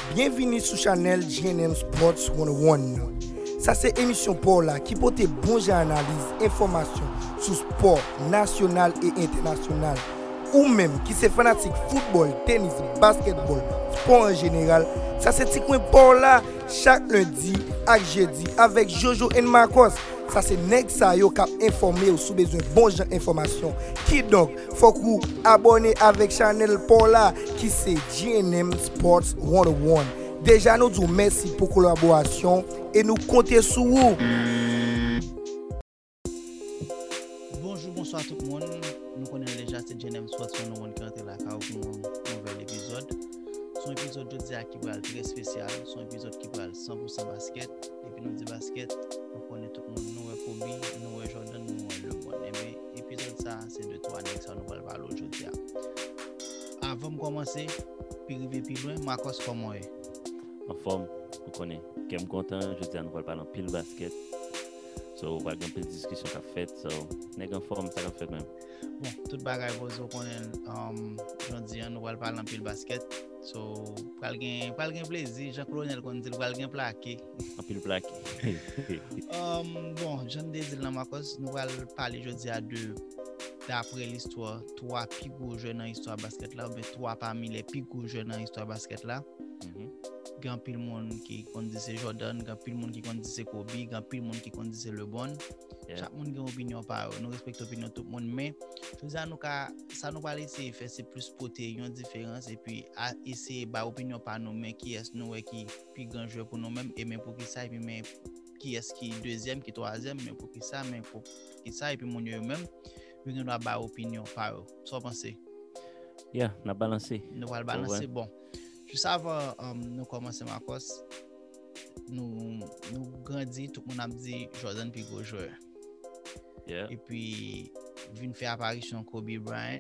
Bienvenue sur Channel GNM Sports 101. Ça c'est émission pour là qui porte bon analyse, information sur sport national et international. Ou même qui c'est fanatique football, tennis, basketball, sport en général. Ça c'est petit coin pour là chaque lundi et jeudi avec Jojo et Marcos. Ça c'est nèg sa yo k'ap informé ou sous besoin bon genre information. Qui donc faut que vous abonnez avec channel pour là qui c'est GNM Sports 101. Déjà nous disons merci pour collaboration et nous comptons sur vous. Bonjour, bonsoir tout le monde. Nous connaissons déjà cette GNM Sports 101 qui est là pour un nouvel épisode. Son épisode de dia qui va être très spécial. Son épisode qui va être 100% basket. Et puis nous dit basket, nous connaissons tout le monde. Nous est Kobe, nous est Jordan, nous est LeBron. Et bien, l'épisode ça, c'est de toi, Nex, ça nous va parler aujourd'hui. Avant de commencer, puis arriver plus loin, Marcos, comment est? En forme, vous connaissez. Je suis content, je dis à nous parler en pile basket. So, on va avoir une petite discussion qu'a fait. So, n'est en forme, ça qu'a fait même. Bon, tout bagay vous connaît, j'en dis, nous va parler en pile basket. So, pral gen plaisir, Jean-Colonel kon dit pral gen plaqué. En pile plaqué. Bon, j'en dis dans ma cause, nous allons parler aujourd'hui d'après l'histoire, trois plus gros joueurs dans l'histoire basket là, ou bien trois parmi les plus gros joueurs dans l'histoire basket là. Gan pile monde qui dit c'est Jordan, gan pile monde qui dit c'est Kobe, gan pile monde qui dit c'est LeBron. Chaque monde a une opinion par eux. Nous respectons l'opinion de tout le monde, mais je dis à nous que ça nous va laisser faire c'est plus porter une différence et puis essayer bah opinion par nous mais qui est nous qui plus grand joueur pour nous mêmes et même pour qui ça et puis mais qui est qui deuxième qui troisième mais pour qui ça mais pour qui ça et puis mon eux même nous doit bah opinion par eux. Ça penser. Yeah, on a balancé. Nous va balancer bon. Juste avant nous commencer Marcos, nous grandit tout le monde a dit Jordan plus gros joueur. Yeah. Et puis vient faire apparition Kobe Bryant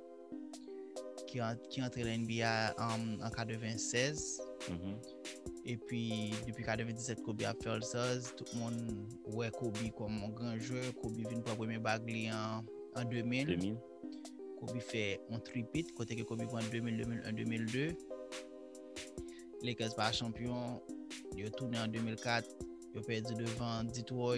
qui entre dans l'NBA en 96. Et puis depuis 97 Kobe a fait ça, tout le monde ouais Kobe comme un grand joueur. Kobe vient pour premier bague en 2000. Kobe fait un tripit côté que Kobe prend 2000, 2001, 2002. Lakers pas champion, ils ont tourné en 2004, ils ont perdu devant Detroit.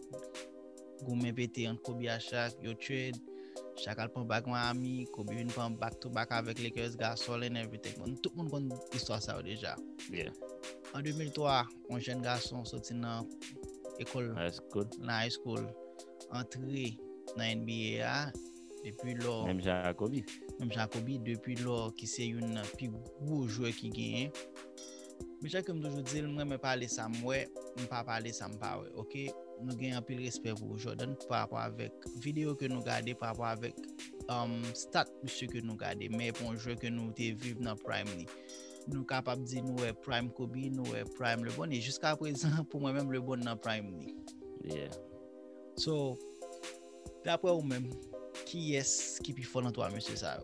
Goumé pété entre Kobe à Shaq, ils ont trade. Shaq a pris back Miami, Kobe vient prendre back to back avec Lakers, Gasol et everything. Tout le monde connaît l'histoire ça déjà. Yeah. En 2003, un jeune garçon sorti dans l'école, high school, entré dans NBA. Depuis là, même Jacobi, depuis là, qui c'est une plus gros joueur qui gagne. Mais chaque comme toujours dit, moi me parler ça, moi pas parler ça, pas ouais. OK, nous gagnons un peu de respect pour Jordan par rapport avec vidéo que nous regardons, par rapport avec stat monsieur que nous regardons, mais pour un joueur que nous te vivre dans prime ni. Nous capable dire nous est prime Kobe, nous est prime LeBron et jusqu'à présent pour moi même LeBron dans prime ni. Yeah. So d'après vous même qui est qui plus fort dans toi monsieur ça?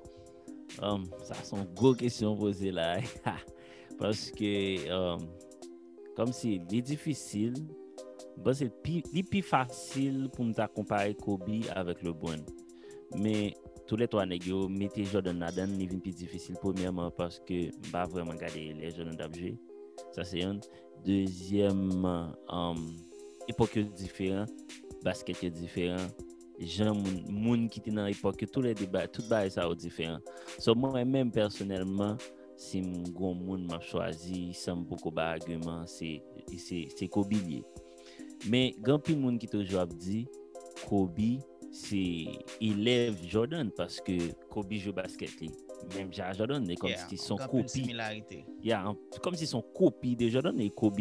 Ça sont gros questions posées là. Parce que comme si c'est difficile, c'est plus facile pour nous comparer Kobe avec LeBron. Mais tous les trois nègres mettez Jordan là-dedans, c'est plus difficile premièrement parce que pas vraiment regarder les Jordan d'abjouer. Ça c'est un. Deuxièmement, époque différente, basket est différent. Gens moun qui étaient dans l'époque tous les débats tout bail ça est différent. So moi même personnellement si mon grand monde m'a choisi sans beaucoup d'arguments c'est Kobe. Mais grand pile monde qui toujours dit Kobe c'est élève Jordan parce que Kobe joue basket li. Même Jordan est comme si son copie. Comme si son copie de Jordan et Kobe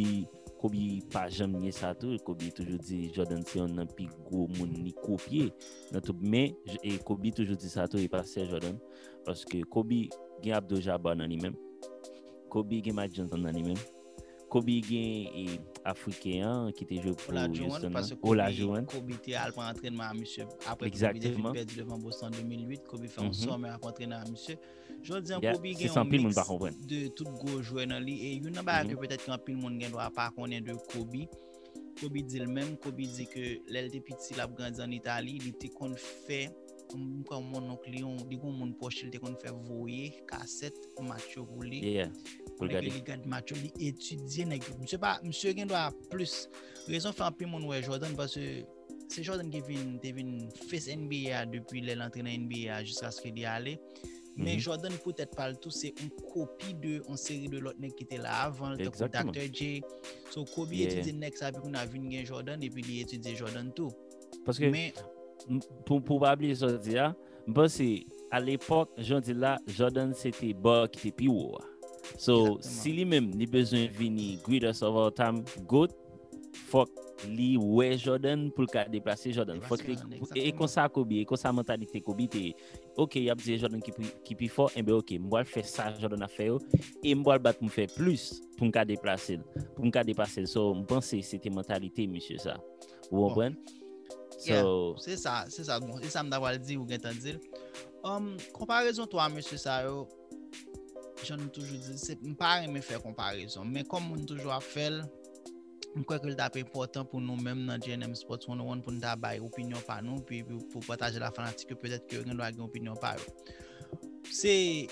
pas jamais nié ça tout. Kobe toujours dit Jordan c'est un plus gros monde ni copier dans tout mais et Kobe toujours dit ça tout et pas c'est Jordan parce que Kobe gagne Abdul Jabbar dans lui-même. Kobe gagne Magic Johnson dans lui-même. Kobe gagne africain qui était joué pour Houston parce que Kobe était à l'entraînement à monsieur après Kobe perdu devant Boston en 2008 Kobe fait un sommet à entraîner à monsieur. Je dis Kobe gagne un mix de tout gros joueurs dans lui et une bagarre que peut-être qu'un pile monde doit pas connaître de Kobe. Kobe dit le même, Kobe dit que l'aile de petit la grandi en Italie, il était qu'on fait comme mon oncle Léon, dit qu'on mon poche il était qu'on fait voyer cassette match pour lui. pour regarder. Les gars de match, ils étudient. Je sais pas, monsieur Gen doit plus. Raison fait un peu mon ouais Jordan parce que c'est Jordan qui vient face NBA depuis l'entrée dans NBA jusqu'à ce qu'il y allé. Mais Jordan peut-être pas le tout, c'est une copie de une série de l'autre qui était là avant, le Dr. J. So Kobe étudie next avec on a vu Jordan et puis il étudie Jordan tout. Parce que pour pas oublier ça dire, c'est à l'époque, j'en dis là, Jordan c'était bas qui était plus haut. So si lui-même il besoin venir greatest of all time, good, fuck li ouais Jordan pour le déplacer Jordan. Et comme ça Kobe, et comme ça mentalité Kobe t'es OK, y a dit Jordan qui plus fort, et ben OK, moi faire ça Jordan a fait et moi battre pour faire plus pour me déplacer, pour me dépasser. So, je pense que c'était mentalité monsieur ça. Vous comprenez? So c'est ça bon, c'est ça m'avoir dit ou qu'entendre dire. Comparaison toi monsieur ça j'en toujours dit c'est pas aimer faire comparaison, mais comme on toujours fait je crois que c'est important pour nous même dans GNM Sports 101 pour nous avoir opinion par nous puis pour partager la fanatique que peut-être que on doit avoir opinion par eux. C'est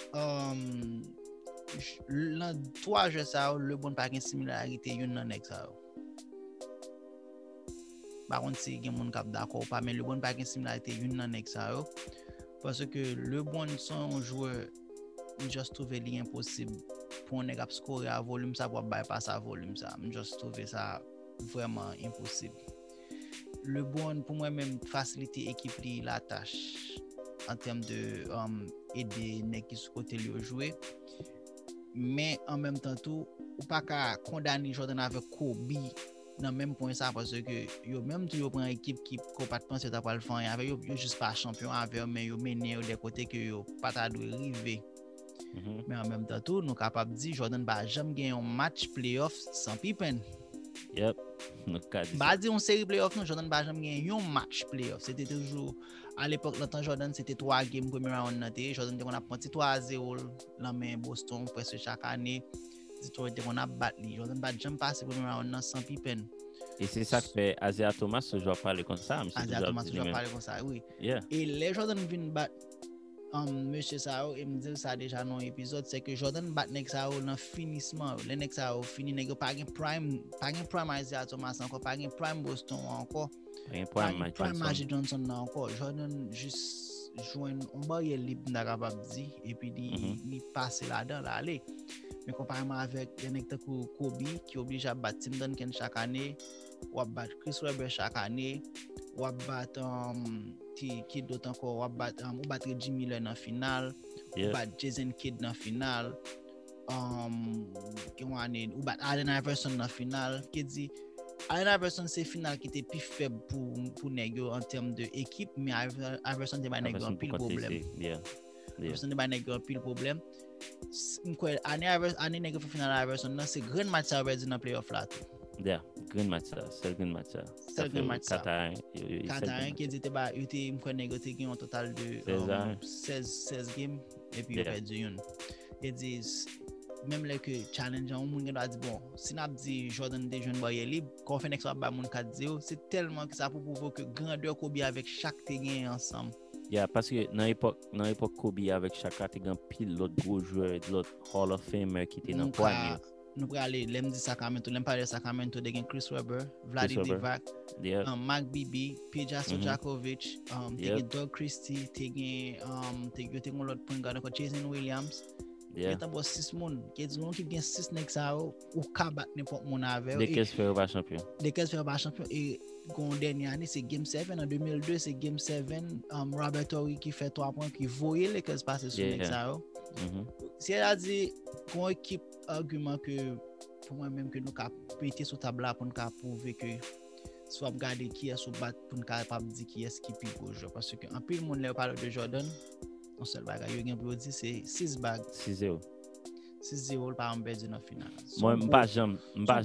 dans trois jeux ça le bon pas une similarité une dans next ça. Par contre si il y a monde cap d'accord pas mais le bon pas une similarité une dans next ça parce que le bon son joueur juste trouvé l'impossible pour un gars scorer à volume ça pour bypass à volume ça juste trouvé ça vraiment impossible. Le bon pour moi même faciliter équipe la tâche en termes de aider nèg qui sur côté lui jouer mais en même temps tout ou pas qu'à condamner Jordan avec Kobe dans même point ça parce que yo même tout yo prend équipe qui pas penser ta pas le faire avec yo juste pas champion avec mais yo mené des côtés que yo pas ta doit arriver. Mais en même temps tout nous capable dire Jordan va jamais gagner un match playoff sans Pippen. Yep. Bah dire une série playoff non Jordan va jamais gagner un match playoff. C'était toujours à l'époque le temps Jordan c'était 3 games premier round nanté Jordan on a pris 3-0 dans main Boston presque chaque année. Detroit on a battu Jordan va jamais passer premier round sans Pippen. Et c'est ça que fait Isaiah Thomas ce joueur parler comme ça, Isaiah Thomas ce joueur parler comme ça, oui. Yeah. Et les Jordan viennent battre monsieur Sao il me dit ça déjà dans l'épisode c'est que Jordan bat next Sao dans finissement les next Sao fini nèg pas un prime Isaiah Thomas encore pas un prime Boston encore pas un prime Magic Johnson encore Jordan juste joindre un barrière libre n'a capable dire et puis il passer là-dedans là aller mais comparément avec les nèg comme Kobe qui oblige à battre Tim Duncan chaque année ou battre Chris Webber chaque année ou battre qui d'autre encore ou battre Jimmy Miller en finale ou battre Jason Kidd en finale ou battre Allen Iverson en finale qui dit Allen Iverson c'est finale qui était plus faible pour nèg en termes de équipe mais Iverson était pas nèg un pile problème Iverson était pas nèg un pile problème année nèg finale Iverson c'est grand match ça va dire dans playoff là tout. Yeah, green match. C'est green match. Qatar qui était bah il était négocié un total de 16 games et puis il a perdu une. Et dit même là que challenge on monde doit dire bon, si n'a dit Jordan des jeunes boy libre, qu'on fait next ba moun 4-0, c'est tellement que ça pour prouver que grandeur Kobe avec chaque terrain ensemble. Yeah, parce que dans l'époque Kobe avec chaque catégorie pile l'autre gros joueur, l'autre Hall of Famer qui était dans poignée. Nous pour aller l'aime dit Sacramento l'aime parler Sacramento de Chris Webber, Vladimir Divac, Mark Bibi, Peja Stojakovic, Doug Christie, t'es l'autre point garde encore Jason Williams. Il y a d'abord 6 monde qui dit qui gagne 6 next ou cabat n'importe mon avec des caisses faire pas champion et gon dernière année c'est game 7 en 2002 c'est game 7 Robert Torrey qui fait 3 points qui voyait les caisses passer sur next si elle a dit qu'on équipe argument que pour moi même que nous cap péter sur table là pour nous prouver que soit regarder qui est sous battre pour nous capable dire qui est qui plus gros joueur parce que en pile monde là parle de Jordan on seul bagage yo gen pour dire c'est 6 bagues 6-0 par un perdu dans finale moi pas jamais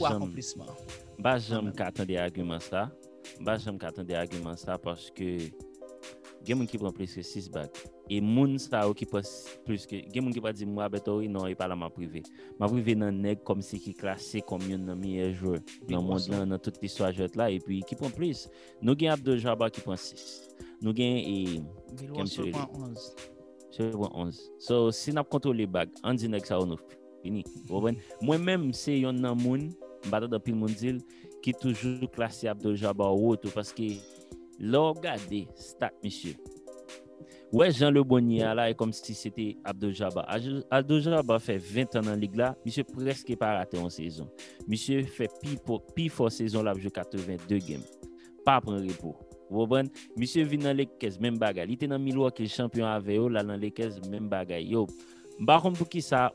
qu'attendre argument ça parce que game qui prend plus que 6 bagues et moun ça qui passe plus que game qui pas dire moi Betori non il pas la ma privé dans nèg comme si qui classé comme un meilleur joueur dans monde là dans toute l'histoire joueur là et puis qui prend plus nous gain Abdul Jabbar qui prend 6 nous gain et comme sur 11 so si n'a contrôler bague on dit nèg ça nous fini. Moi-même, c'est un nan moun, m'bata dans pile moun dil, qui toujours classé Abdul-Jabbar haut parce que là, regardez, stat, monsieur. Ouais, Jean Le Bonnier là, est comme si c'était Abdul-Jabbar. Abdul-Jabbar fait 20 ans dans la ligue là, monsieur presque pas raté en saison. Monsieur fait pire for saison là, joué 82 games. Pas prendre repos. Vous comprenez? Monsieur vient dans les caisses, même bagaille. Il était dans Milwaukee champion avec eux, là dans les caisses, même bagaille. Yo, par contre pour qui ça,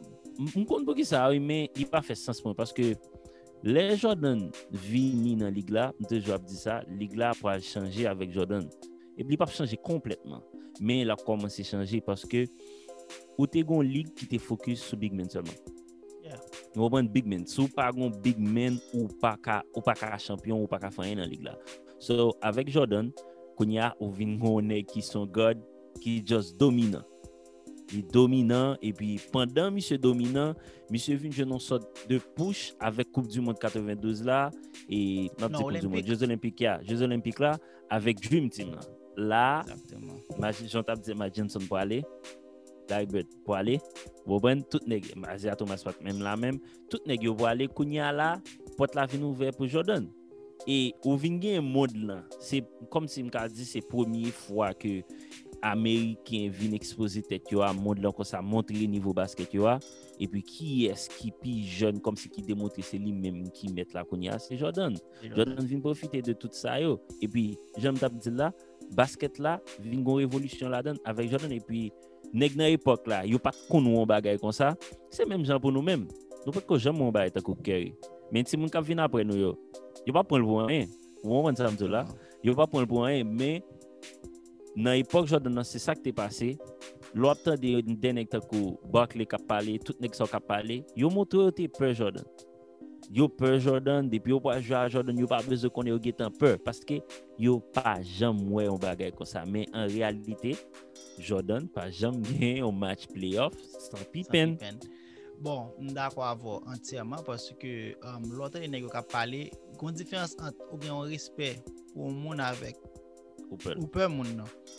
mais il pas fait sens pour parce que les Jordan vini dans ligue là, toujours dit ça, ligue là pour changer avec Jordan. Et puis il pas changer complètement. Mais il a commencé à changer parce que ou t'es une ligue qui te focus sur big men seulement. Yeah. Ou pas big men, sous pas un big men ou pas champion ou pas faire rien dans ligue là. So avec Jordan, Kounia ou vinn qui sont god qui just dominant. Il dominant et puis pendant monsieur dominant, monsieur vinn une sorte de push avec Coupe du monde 92 là et Coupe du monde Jeux olympiques là avec Dream Team là. Là, j'entends dire ma Jenson pour aller, Daibert pour aller, Boben tout nèg, Asia Thomas même là même, tout nèg pour aller Kounia là, porte la vinn ouvert pour Jordan. Et au vingé mode là, c'est comme si m'ka dit c'est première fois que américain vient exposer tête yo à monde là comme ça montrer niveau basket yo et puis qui est-ce qui plus jeune comme si qui démontrer c'est lui même qui met la Kounia, c'est Jordan. Jordan vient profiter de tout ça yo et puis j'aime t'a dire là basket là vient une révolution là-dedans avec Jordan et puis nèg dans époque là yo pas connait on bagaille comme ça c'est même genre pour nous même nous pas que jamais on bagaille ta Curry mais si moun ka vinn après nous yo pas prendre pour rien on va ça là yo pas prendre pour rien mais dans l'époque Jordan c'est ça qui t'est passé l'autre des nèg takou Barkley qui parler tout nèg ça qui parler yo montre te peur Jordan yo peur Jordan depuis yo pas jouer à Jordan yo pas besoin qu'on ait guetan peur parce que yo pas jamais ouais on bagaille comme ça mais en réalité Jordan pas jamais gagné un match playoff sans Pippen. Bon, d'accord avec entièrement parce que l'autre nèg qui parler une différence entre ou bien un respect pour monde avec ou peur monde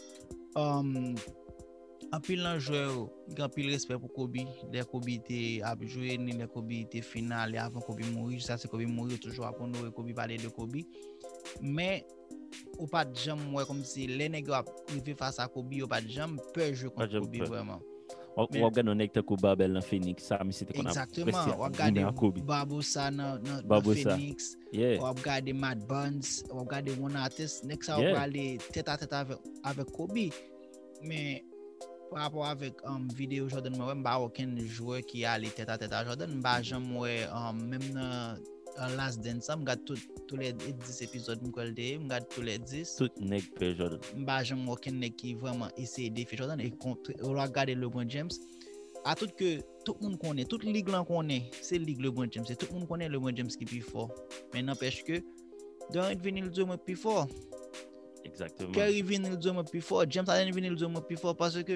non. En pile un joueur, il a pile respect pour Kobe, les Kobe était a joué ni les Kobe était final et avant Kobe mourir, ça c'est Kobe mourir toujours après nous Kobe parler de Kobe. Mais ou pas de jamais ouais comme si les nègres arrivé face à Kobe ou pas de jamais peur jouer contre Kobe vraiment. On regarde un nègre comme Babel dans Phoenix, ça mais c'était qu'on a exactement, on regarde Barbosa dans Phoenix, on regarde Matt Barnes, on regarde one artist, next ça on va aller tête à tête avec Kobe. Mais par rapport avec vidéo Jordan moi pas aucun joueur qui a les tête à tête à Jordan pas jamais même dans Last Dance on regarde tous les 10 épisodes on regarde tous les 10 tout nèg peut Jordan pas jamais aucun nèg qui vraiment essayer de défier Jordan et on regarde LeBron James à tout que tout le monde connaît toute ligue là connaît c'est ligue LeBron James c'est tout le monde connaît LeBron James qui plus fort mais n'empêche que dans venir le dire plus fort. Exactement. Curry vient le dire plus fort, James Harden vient le dire plus fort parce que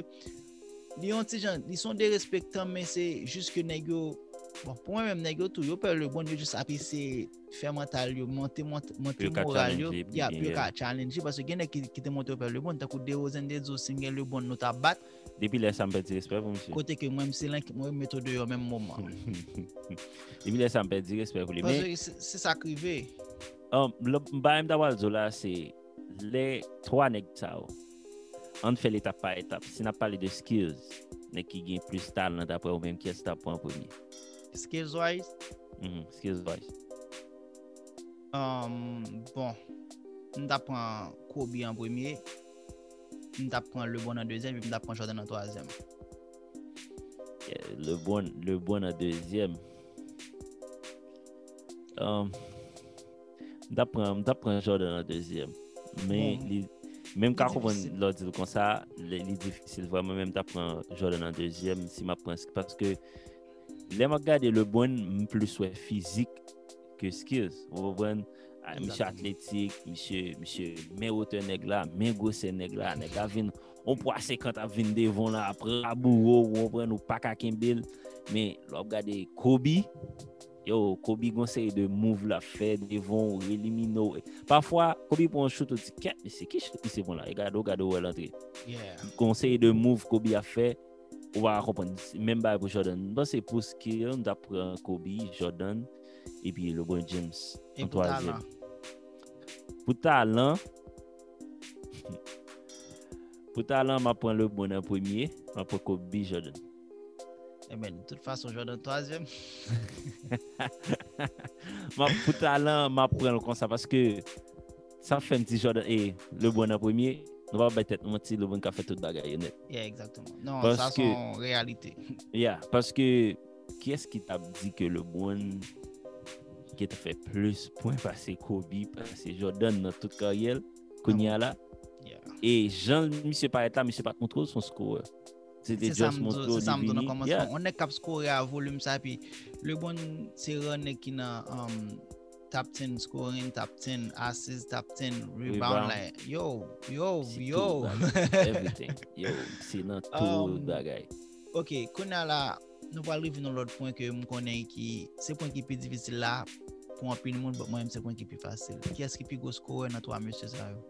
ils sont des respectants mais c'est juste que négo bon pour moi même négo tout yo peur le bon Dieu juste appuyer faire mental yo monter moral yo il y a plus qu'à challenger parce que gagne qui te monter peur le bon t'as coup DeRozan des autres single le bon nous t'a battre depuis là ça me perd respect pour monsieur côté que moi c'est là moi méthode au même moment depuis là ça me perd respect pour lui mais c'est ça crivé le baim d'avoir là c'est les trois nèg ça on fait l'étape par étape si n'a parlé de skills nèg qui gagne plus talent d'après ou même qui est tape en premier skills wise bon on t'apprend Kobe en premier on t'apprend LeBron en deuxième et on t'apprend Jordan en troisième LeBron en deuxième d'apprendre Jordan en deuxième mais même quand on leur dit comme ça les difficile vraiment même d'apprendre Jordan en deuxième si m'apprend parce que les regarder le bon plus ouais physique que skills vous comprenez monsieur athlétique monsieur mais hauteur nèg là mais grosse nèg là nèg vinn on poids 50 à 20 devant là après abouro on prend nous pas Kimball mais regarder Kobe conseille de move la fait devant éliminer parfois Kobe pour un shoot au ticket mais c'est qui c'est bon là regarde où l'entrée conseille de move Kobe a fait on va comprendre même pas pour Jordan. Bon, c'est pour skill, on apprend Kobe, Jordan et puis LeBron James Et en pour troisième. talent. Pour talent, m'apprend LeBron en premier, m'apprend Kobe, Jordan. Eh ben, de toute façon, Jordan troisième. Pour talent, m'apprend comme ça parce que ça fait un petit Jordan et LeBron en premier. Nous va peut-être mentir LeBron qui a fait toute bagaille net. Yeah, exactement. Non, Parce ça que- c'est en réalité. Yeah, parce que qui est-ce qui t'a dit que LeBron qui t'a fait plus points passer Kobe, passer Jordan dans toute carrière qu'on y a là? Yeah. Et Jean, monsieur pas être là, monsieur pas contrôle son score. C'était C'est ça juste me mon dit- tour c'est ça me donne divini. commencement. Yeah. On est cap scorer à volume ça puis le bon c'est runner qui na top 10 scoring, top 10 assists, top 10 rebound Rebound. like yo. C'est tout, bagaille. Everything. Yo, c'est dans tout bagaille. OK, qu'on a là nous va arriver dans l'autre point que me connais qui c'est point qui est plus difficile là pour un peu de monde, mais moi même c'est point qui est plus facile. Qui est-ce qui plus gros scorer dans toi monsieur ça yo?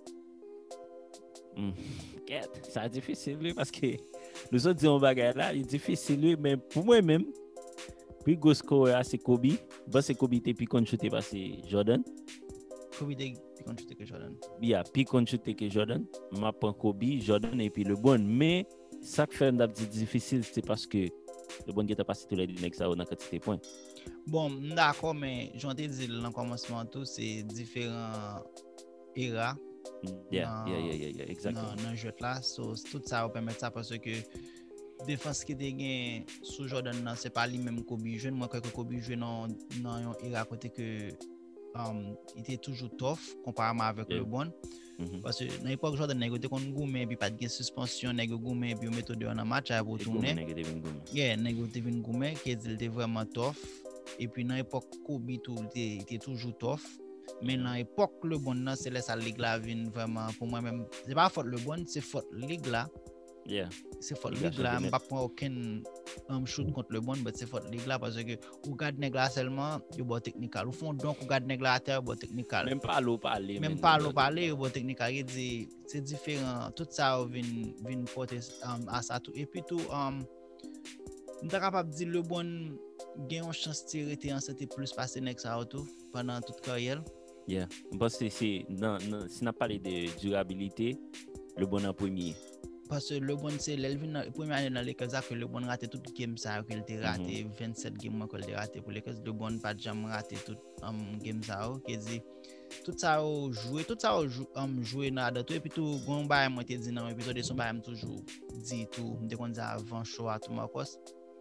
C'est difficile lui, parce que nous autres disons bagaille là, il est difficile lui, mais pour moi-même, puis gros score c'est Kobe. Bon, c'est Kobe qui puis qu'on shooter passer Jordan. Kobe de plus contre que Jordan. Yeah, puis qu'on shooter que Jordan. M'a prend Kobe, Jordan et puis LeBron. Mais ça qui fait un petit difficile, c'est parce que LeBron qui a passé tous les nègres ça dans quantité de points. Bon, d'accord, mais j'en t'ai dit dans le commencement tout, c'est différents eras Yeah, Non. exactement. dans le jeu là. So, tout ça va permettre ça parce que défense qui était sous Jordan nan, c'est pas lui même Kobe jeune. Moi, quand Kobe jeune dans une era côté que il était toujours tough comparément avec Yeah. LeBron. Mhm. Parce que dans l'époque Jordan nèg était kon goumé puis pas de suspension nèg goumé puis méthode en match à pour Et tourner. Kobe, nègre devine gomme. Yeah, nèg était vinn goumé qui était vraiment tough et puis dans l'époque Kobe tout il était toujours tough. Mais dans l'époque LeBron nan, c'est là ça ligue là vinn vraiment pour moi même c'est pas faute LeBron, c'est faute ligue là. Yeah. C'est faute Ligue là, ligue là, c'est je pas prendre aucun shoot contre le bon, mais c'est faute ligue là parce que ou garde nèg là seulement, yo bon technical. Ou fond donc ou garde nèg là à terre, bon technical. Même pas l'eau parler. Même pas l'eau parler, yo bon technical. Il dit c'est différent. Tout ça vient porter à ça tout. Et puis tout on est capable de dire le bon gagne une chance de rester en santé plus passer nèg ça tout pendant toute carrière. Yeah. Parce que si on parle de durabilité, le bon en premier. Parce que le bon c'est la première année dans les cas que le bon raté tout game ça qu'il était raté 27 games qu'il était raté pour les cas le bon pas jamais raté tout game ça qui dit tout ça jouer jouer dans tout et puis tout bon bail moi t'ai dit dans épisode de son bail toujours dit tout me qu'on dit avant show à tout Marcos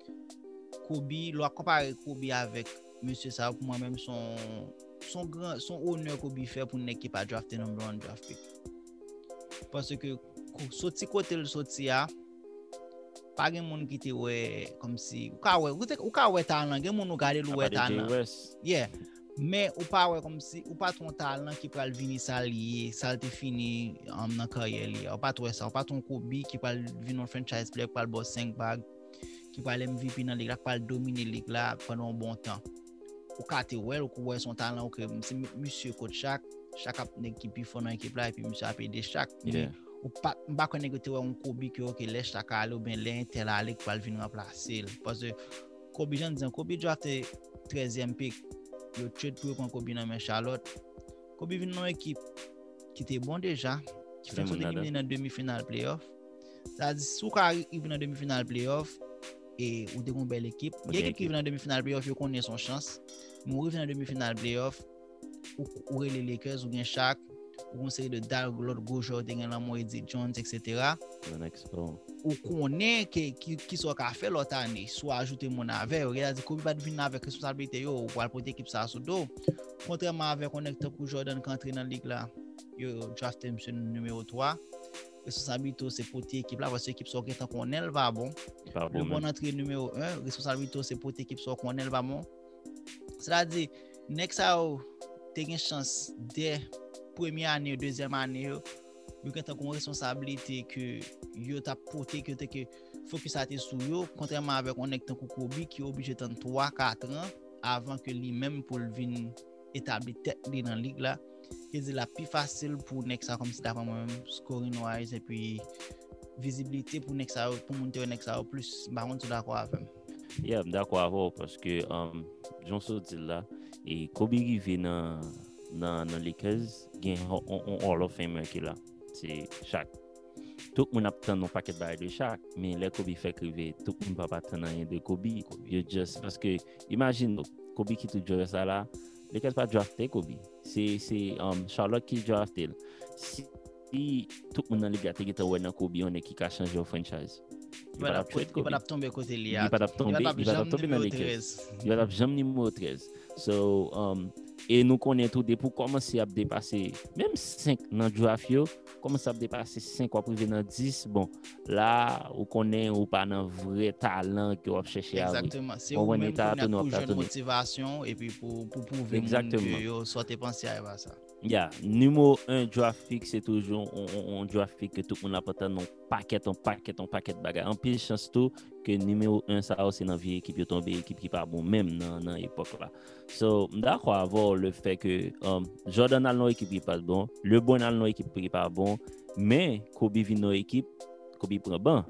Kobe l'a comparer Kobe avec monsieur ça pour moi même son honneur Kobe fait pour une équipe à drafter number 1 draft pick parce que sorti côté le sorti a pas gen moun qui te ouais comme si ou ka ouais talent gen moun ou garder le ouais talent yeah mais ou pas ouais comme si ou pas ton talent qui pral venir s'allier ça te fini dans carrière li ou pas toi ça ou pas ton Kobe qui pral venir en franchise player pral boss 5 bags qui pral MVP dans ligue là pral dominer ligue là pendant un bon temps ou ka te ouais ou ouais son talent ou que monsieur coach chaque équipe il faut dans équipe là et puis monsieur a payé chaque ou pas connaître un Kobe que OK laisse chaque aller ou bien l'intel aller pour venir remplacer parce que Kobe Jean dit Kobe drafté 13e pick yo trade pour prendre Kobe dans Charlotte Kobe vient dans équipe qui était bon déjà qui fait son équipe dans demi-finale playoff ça dit sous ka arrive dans demi-finale playoff et ou de une belle équipe l'équipe qui vient dans demi-finale playoff yo connaît son chance mais arrive dans demi-finale playoff ou les Lakers ou bien Shaq ou conseil de Dark l'autre gauche de la Eddie Jones etc. ou connaît qui soit qu'a fait l'autre année soit ajouter mon avec il a dit Kobe va venir avec responsabilité yo pour porter équipe ça sous dos contrairement avec connecteur pour Jordan qui entre dans ligue là yo drafté monsieur numéro 3 responsabilité c'est porter équipe là parce que équipe soit tant qu'on elle va bon le bon entrée numéro 1 responsabilité c'est porter équipe soit qu'on elle va bon c'est-à-dire next out t'as une chance dès première année deuxième année yo t'as une responsabilité que yo t'a porté que focus à sur yo contrairement avec on est tant Kobe qui est obligé de 3-4 ans avant que lui-même pour venir établir tête dans ligue là qui est la plus facile pour next comme si d'avant moi-même scoring wise et puis visibilité pour nek ça pour monter nek ça plus par contre d'accord avec. Yeah, d'accord avec parce que Johnson dit là et Kobe rive dans Lakers gain on Hall of Famer qui là. C'est chaque tout le monde attend un paquet de chaque mais les Kobe fait criver tout le monde pas attendre rien de Kobe. You just parce que imagine Kobe qui tout jouer ça là, les Lakers pas drafté Kobe. C'est Charlotte qui drafté. Si tout le monde dans les gars qui était ouais dans Kobe on est qui a changé au franchise. Il va tomber côté il va tomber dans les caisses. Il va jamais numéro 13. So et nous connaissons tout pour commencer à dépasser même 5 dans draft yo, commencer à dépasser 5 ou privé dans 10. Bon, là on connaît ou pas un vrai talent que on chercher à. Exactement, c'est on même pour jeune motivation et puis pour prouver que yo sortez penser à ça. Yeah, numéro 1 draft pick c'est toujours on draft pick que tout le monde apporte un paquet de bagages. En pile chance tout que numéro 1 ça c'est dans vieille équipe yo tomber équipe qui pas bon même dans époque là. So d'accord avoir le fait que Jordan a une équipe qui pas bon, LeBron a une équipe qui pas bon, mais Kobe vient dans équipe, Kobe prend ban.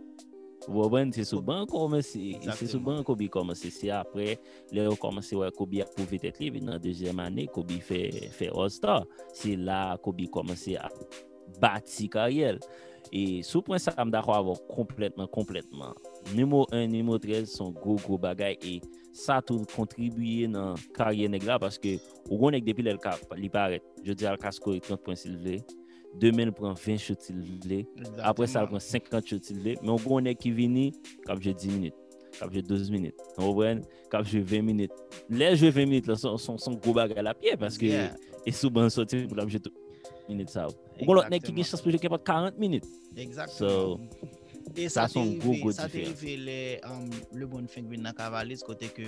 C'est souvent comme c'est souvent Kobe comme c'est après là on commence ouais Kobe a prouvé tête libre dans deuxième année Kobe fait All-Star, c'est là Kobe commence à bâtir carrière et sous point ça me d'accord complètement numéro 1 numéro 13 sont gros bagaille et ça tout contribuer dans carrière nèg là parce que ou gon nèg depuis le cap il paraît je dis al casco 30 points s'il veut demain il prend 20 shots s'il veut après ça il prend 50 shots s'il veut mais on gon nèg qui vini cap je 10 minutes cap je 12 minutes on comprend cap je 20 minutes les jeux 20 minutes là sont gros bagaille à la pied parce que et souvent sorti pour la jeu minutes ça ou gon l'autre nèg qui a chance pour jouer 40 minutes exactement. Et ça sont gros ça arrivé le bon fin dans Cavaliers côté que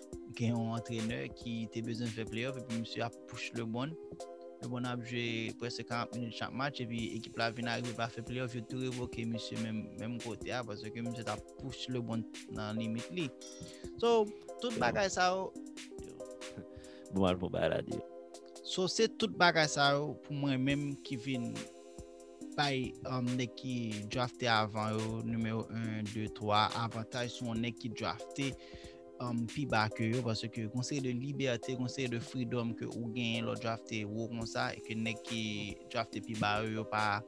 un entraîneur qui était besoin de faire playoff et puis monsieur a push le bon a joué presque 40 minutes chaque match et puis l'équipe là vient arriver pas faire playoff il tout révoqué monsieur même côté parce que monsieur a push le bon dans limite li. So tout bagage ça bon pour balader. So c'est tout bagage ça pour moi même qui vient by qui drafté avant numéro 1 2 3 avantage sont qui drafté pi bas que yo parce que conseil de liberté conseil de freedom que ou gagne le drafté ou comme ça et que nek qui drafté pi bas yo pas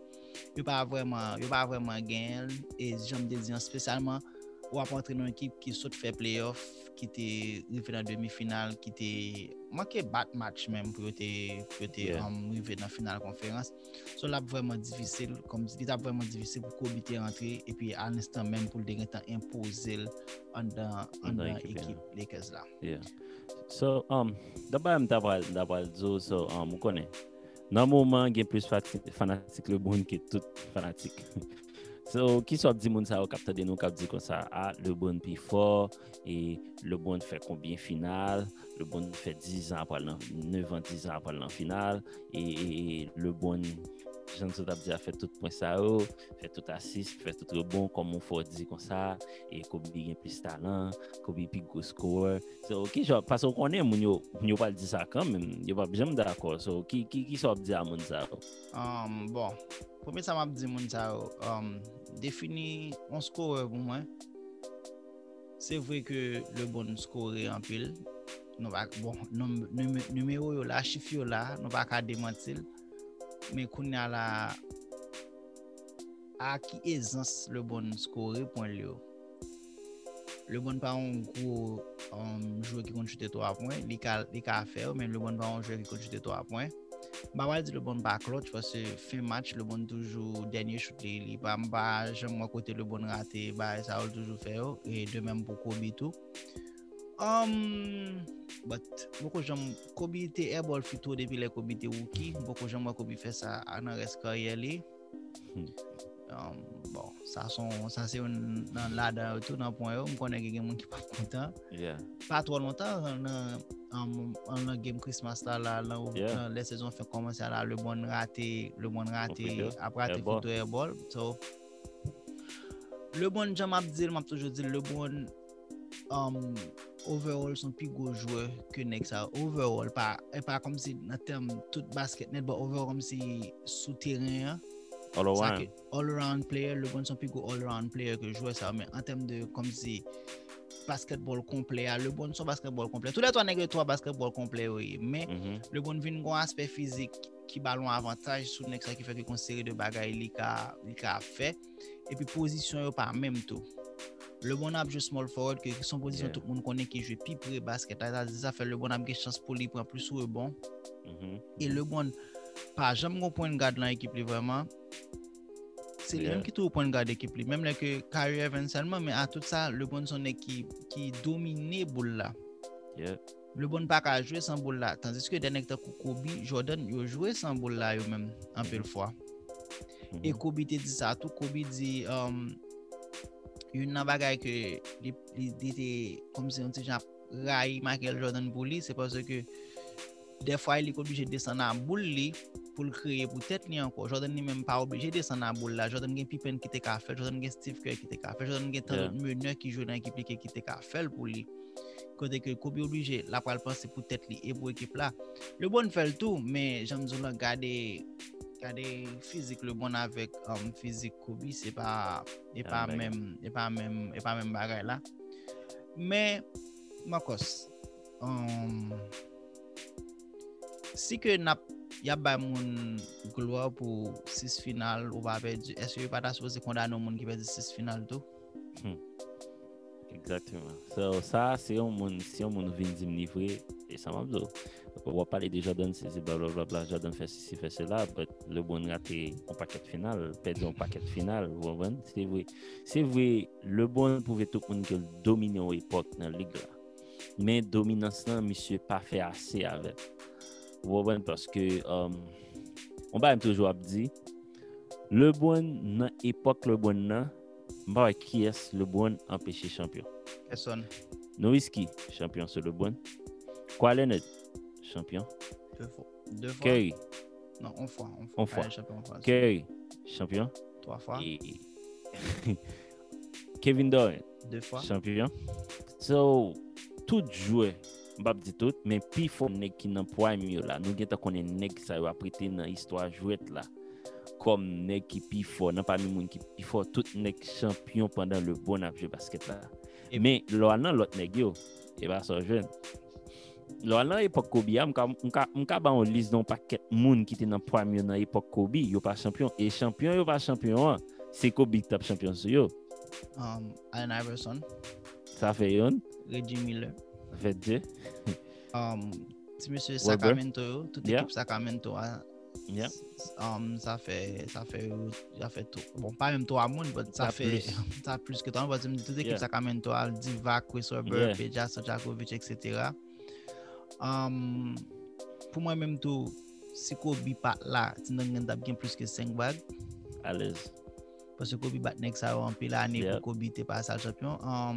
vraiment gagne et j'aime dire spécialement ou apporter une équipe qui saute faire playoff qui était arrivé dans demi-finale qui était manqué bat match même pour était arrivé dans finale conférence. So là vraiment difficile comme c'était vraiment difficile pour Kobe te rentrer et puis à l'instant même pour le temps imposer dans équipe Lakers là. Yeah. So d'abord d'avoir dit so on connaît. Normalement il y a plus fanatique le bon que tout fanatique. So, qui soit dit moun ça au capteur de nous cap dit comme ça le bon plus fort et le bon fait combien final, le bon fait 10 ans après 9 ans 10 ans après la finale et le bon Jean Sot a dit a fait tout point ça fait tout assist, fait tout bon comme on faut dire comme ça et Kobe gagne plus talent, Kobe plus gros score. So qui genre parce qu'on connaît moun yo pas dire ça quand même, yo pas jamais d'accord. So qui soit dit à moun ça. Bon, premier ça m'a dit moun ça définit un score pour moi. C'est vrai que le bon score en pile. Non bon numéro yo là, chiffre yo là, non pas qu'à démentir. Mais qu'on a la à qui aisance le bon score point le bon pas un gros joueur qui compte shooter 3 points il ka faire mais le bon pas un joueur qui compte shooter 3 points bah dit le bon pas clutch parce que fin match le bon toujours dernier shoot il pas jamais côté le bon raté bah ça va toujours faire et de même pour Kobe tout but beaucoup j'aime Kobe était airball plutôt depuis les Kobe était rookie beaucoup j'aime Kobe fait ça en reste carrière li bon ça c'est dans là tout dans point on connaît quelqu'un monde qui pas content pas trop longtemps en game Christmas là dans les saisons fait commencer là le bon raté après tu photo airball so le bon j'aime dire m'a toujours dit le bon overall son plus gros joueur que Nexa overall pas comme si dans terme tout basket net but overall comme si sous terrain all-around player, LeBron son plus gros all-around player que joueur ça, mais en termes de comme si basketball complet, LeBron son basketball complet. Tous les trois nègres trois basketball complet oui, mais LeBron vient un aspect physique qui ballon avantage sur nek ça qui fait que une série de bagages li ka fait et puis position yo pas même tout. LeBron a joué small forward que son position tout le monde connaît qui joue plus près basket. Ça fait LeBron a une chance pour lui prendre plus rebond. Et LeBron pas jamais un point de garde dans l'équipe vraiment. C'est lui-même qui trouve point de garde l'équipe même là que Kyrie Irving seulement mais à tout ça LeBron son équipe qui domine boule là. LeBron pas qu'à jouer sans boule là tandis que dernier temps Kobe Jordan yo joué sans boule là eux même un peu de fois. Et Kobe te dit ça tout Kobe dit une bagaille que il était comme si on dit genre Ray Michael Jordan pour lui c'est parce que des fois il est obligé de descendre en boule pour le créer pour tête ni encore Jordan n'est même pas obligé de descendre en boule là Jordan gagne Pippen qui était qu'à faire Jordan gagne Steve Kerr qui était qu'à faire Jordan gagne tant d'autres meneurs qui jouent dans l'équipe qui était qu'à faire pour lui côté que Kobe obligé là pour penser pour tête li et pour équipe là le bon fait le tout mais j'aime dire regarder physique le bon avec physique Kobe c'est pas même bagaille là mais Marcos si que y a pas mon gloire pour 6 finales ou pas perdre est-ce que pas supposé condamner un monde qui perd 6 finales tout exactement so ça c'est un monde si on monde vient livrer et ça m'a dit on va parler de Jordan c'est blablabla Jordan fait ceci fait cela mais le bon raté un paquet final perdre un paquet final c'est vrai le bon pouvait tout monde que dominer à l'époque dans la ligue là mais dominance là monsieur pas fait assez avec parce que on va toujours dire le bon dans époque le bon là bah qui est le bon empêcher champion personne Nowitzki champion sur le bon Kawhi Leonard champion deux fois Curry non une fois champion Curry champion 3 fois et Kevin Durant 2 fois champion so tout joueur pas dit tout mais puis faut nèg qui dans prime là nous geta connait nèg ça va prêter dans histoire jouette là comme nèg qui puis fort non pas moun qui puis fort tout nèg champion pendant le bon jeu basket là mais là nan l'autre nèg yo et pas so jeune là nan époque Kobe m'ka ba on liste dans paquet moun qui était dans prime dans époque Kobe yo pas champion et champion yo pas champion c'est Kobe top champion sur yo Allen Iverson ça fait yon Reggie Miller fait deux si monsieur Sacramento toute équipe Sacramento ça fait tout bon pas même 3 monde mais ça fait ça plus que toi parce que toute équipe Sacramento a Divac Chris Webber Peja Stojakovic etc. Pour moi même tout si Kobe pas là tu n'as bien plus que 5 bagues à l'aise parce que Kobe bat next ça en pile année pour Kobe était pas champion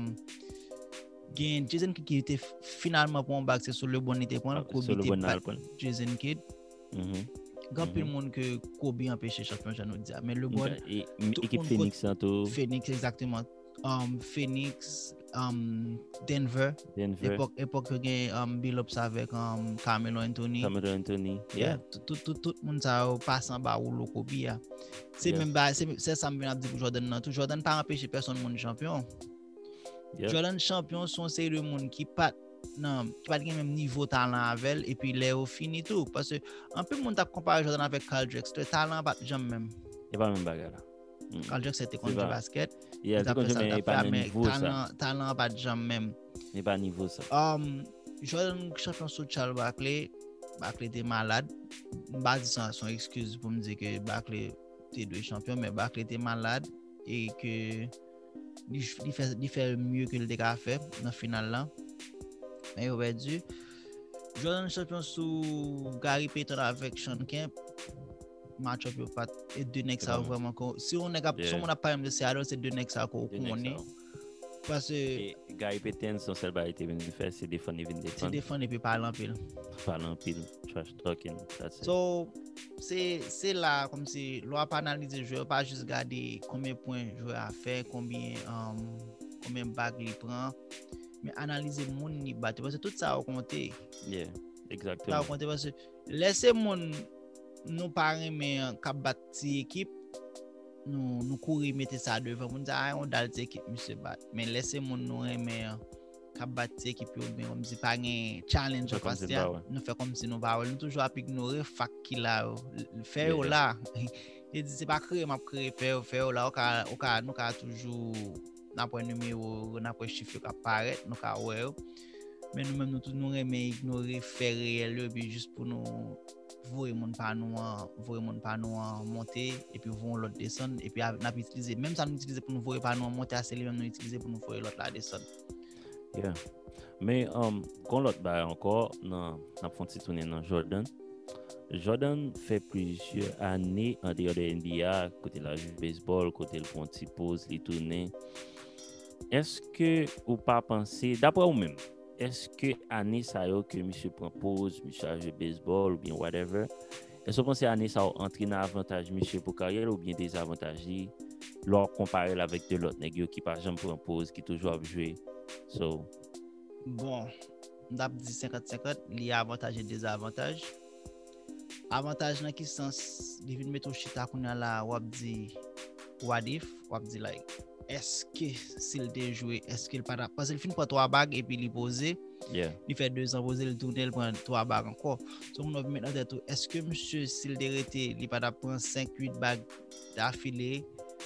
Gain Jason Kidd qui était finalement pour un bac c'est sur le bon était point Kobe était pas Jason Kidd grand peu de monde que Kobe empêché champion je nous dis mais le bon équipe Phoenix Phoenix exactement Phoenix Denver époque gain Billups avec Carmelo Anthony tout monde ça passe en bas ou le Kobe c'est même c'est ça me vient dire pour Jordan tout Jordan pas empêché personne monde champion Jordan champion sont série de monde qui pas le même niveau talent avec et puis Léo fini tout parce que un peu monde t'a comparé Jordan avec Carl Drexler talent pas jamais même et pas même bagarre Carl Drexler c'était contre basket mais pas niveau ça talent pas jamais même et pas niveau ça Jordan champion sur Charles Barkley était malade pas dit ça son excuse pour me dire que Barkley était deux champion mais Barkley était malade et que il fait mieux que le déca fait dans la finale là mais il a dû Jordan champion sous Gary Payton avec Sean Kemp match up pas et deux next ça vraiment si on a pas même de Seattle c'est deux next ça qu'on connaît parce que Gary Payton son seul bail était venu faire c'est défendre et puis parler en pile trash talking so c'est là comme si l'on pas analyser joueur pas juste regarder combien points joueur a fait combien bagues il prend mais analyser monde ni battre parce que tout ça a compté exactement ça a compté parce que laisser monde nous pas aimer cap battre équipe nous courir mettre ça devant nous dire on dal équipe monsieur bat mais laissez mon nous aimer cap battre équipe bien comme si pas un challenge parce que nous fait comme si nous pas nous toujours ignorer fact qui là faire là il dit c'est pas créer m'a créer faire là nous ca toujours n'a point numéro n'a point chiffre qui apparaît nous ca ouais mais nous même nous aimer ignorer faire réel puis juste pour nous voyer mon panneau monter et puis voir l'autre descendre et puis n'a utiliser même ça nous utiliser pour nous voyer panneau monter assez même nous utiliser pour nous voyer l'autre là descendre. Yeah. Mais quand l'autre bah encore n'a font tourner dans Jordan fait plusieurs années en dehors de NBA côté la baseball côté le font petit pause les tourner. Est-ce que ou pas penser d'après vous même est-ce que année ça yo que monsieur prend pause, monsieur a joué baseball ou bien whatever, est-ce que vous pensez année ça entraîner avantage monsieur pour carrière ou bien désavantage lors comparé avec de l'autre nèg qui par exemple prend pause qui toujours jouer. So bon, on dit 50-50, il y a avantage et désavantage. Avantage dans quel sens? Il vient mettre au chita qu'on a là ou dit what if, ou dit like est-ce que s'il dé jouer est-ce qu'il pas parce qu'il finit par 3 bagues et puis il poser il fait 2 ans poser le tourner il prend 3 bagues encore so on va mettre dans tête est-ce que monsieur s'il dérêté il pas prendre 5-8 bagues d'affilée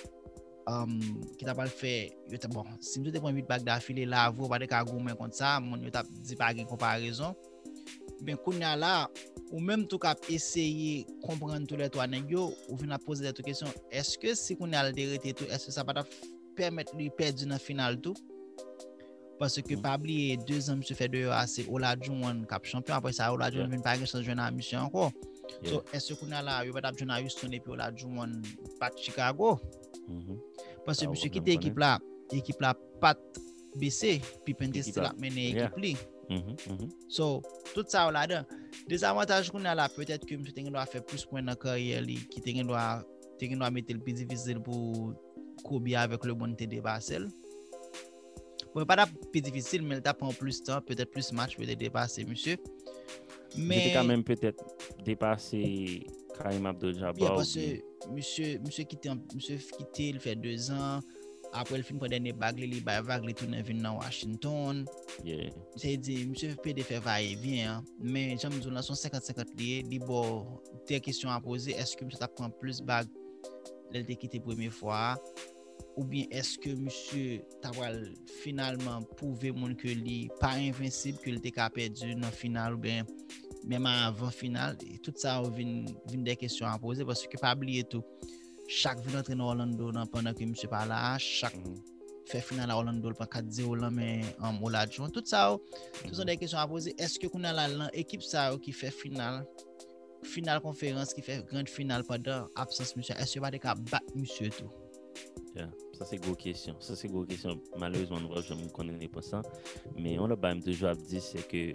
qui t'a pas fait bon si nous te prend 8 bagues d'affilée là vous pas de ka gourmet comme ça mon yo t'a dit pas une comparaison ben qu'on a là ou même tout cap essayer comprendre tous les trois nèg yo ou venir poser des questions est-ce que si qu'on a dérêté tout est-ce que ça pas permettre lui perdre dans finale tout parce que pas oublier 2 ans monsieur fait de assez Olajuwon cap champion après ça Olajuwon vient pas chance jouer dans mission encore so est-ce qu'on a là yo pas jouer dans Houston et puis Olajuwon pas Chicago parce que monsieur quitte équipe là pas baissé puis Pentest là mener équipe li so tout ça là-dedans des avantages qu'on a là peut-être que monsieur doit faire plus points dans carrière qui doit mettre le plus difficile pour Kobe avec le bon TD Basel. Pour pas plus difficile mais il prend plus temps, peut-être plus match peut-être dépasser monsieur. Mais quand même peut-être dépasser Kareem Abdul-Jabbar. Parce que monsieur quitté il fait 2 ans. Après le film pour dernier bague il tourne dans Washington. C'est dit monsieur PD fait va-et-vient mais j'aime dire là sont 50-50 liés bon des questions à poser est-ce que monsieur t'a prend plus bague l'était quitté première fois ou bien est-ce que monsieur t'a finalement prouver mon que lui pas invincible que il était capable perdu dans finale ou bien même avant finale et tout ça vient des questions à poser parce que pas oublier tout chaque ville entraîne Orlando pendant que monsieur pas là chaque fait finale à Orlando pas 4-0 là mais Olajuwon tout ça ce sont des questions à poser est-ce que qu'on a là l'équipe ça qui fait finale conférence qui fait grande finale pendant absence monsieur est-ce que pas de cas battre monsieur tout ça c'est grosse question malheureusement nous je connais pas ça mais on l'a même toujours dit c'est que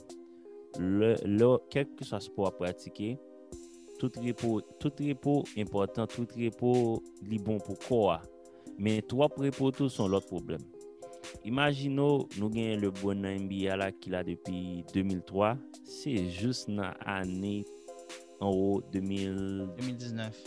quel que soit sport à pratiquer tout repos important tout repos li bon pour corps mais 3 repos tout sont l'autre problème imaginons nous gagnons le bon NBA là qu'il a depuis 2003 c'est juste dans année en haut 2019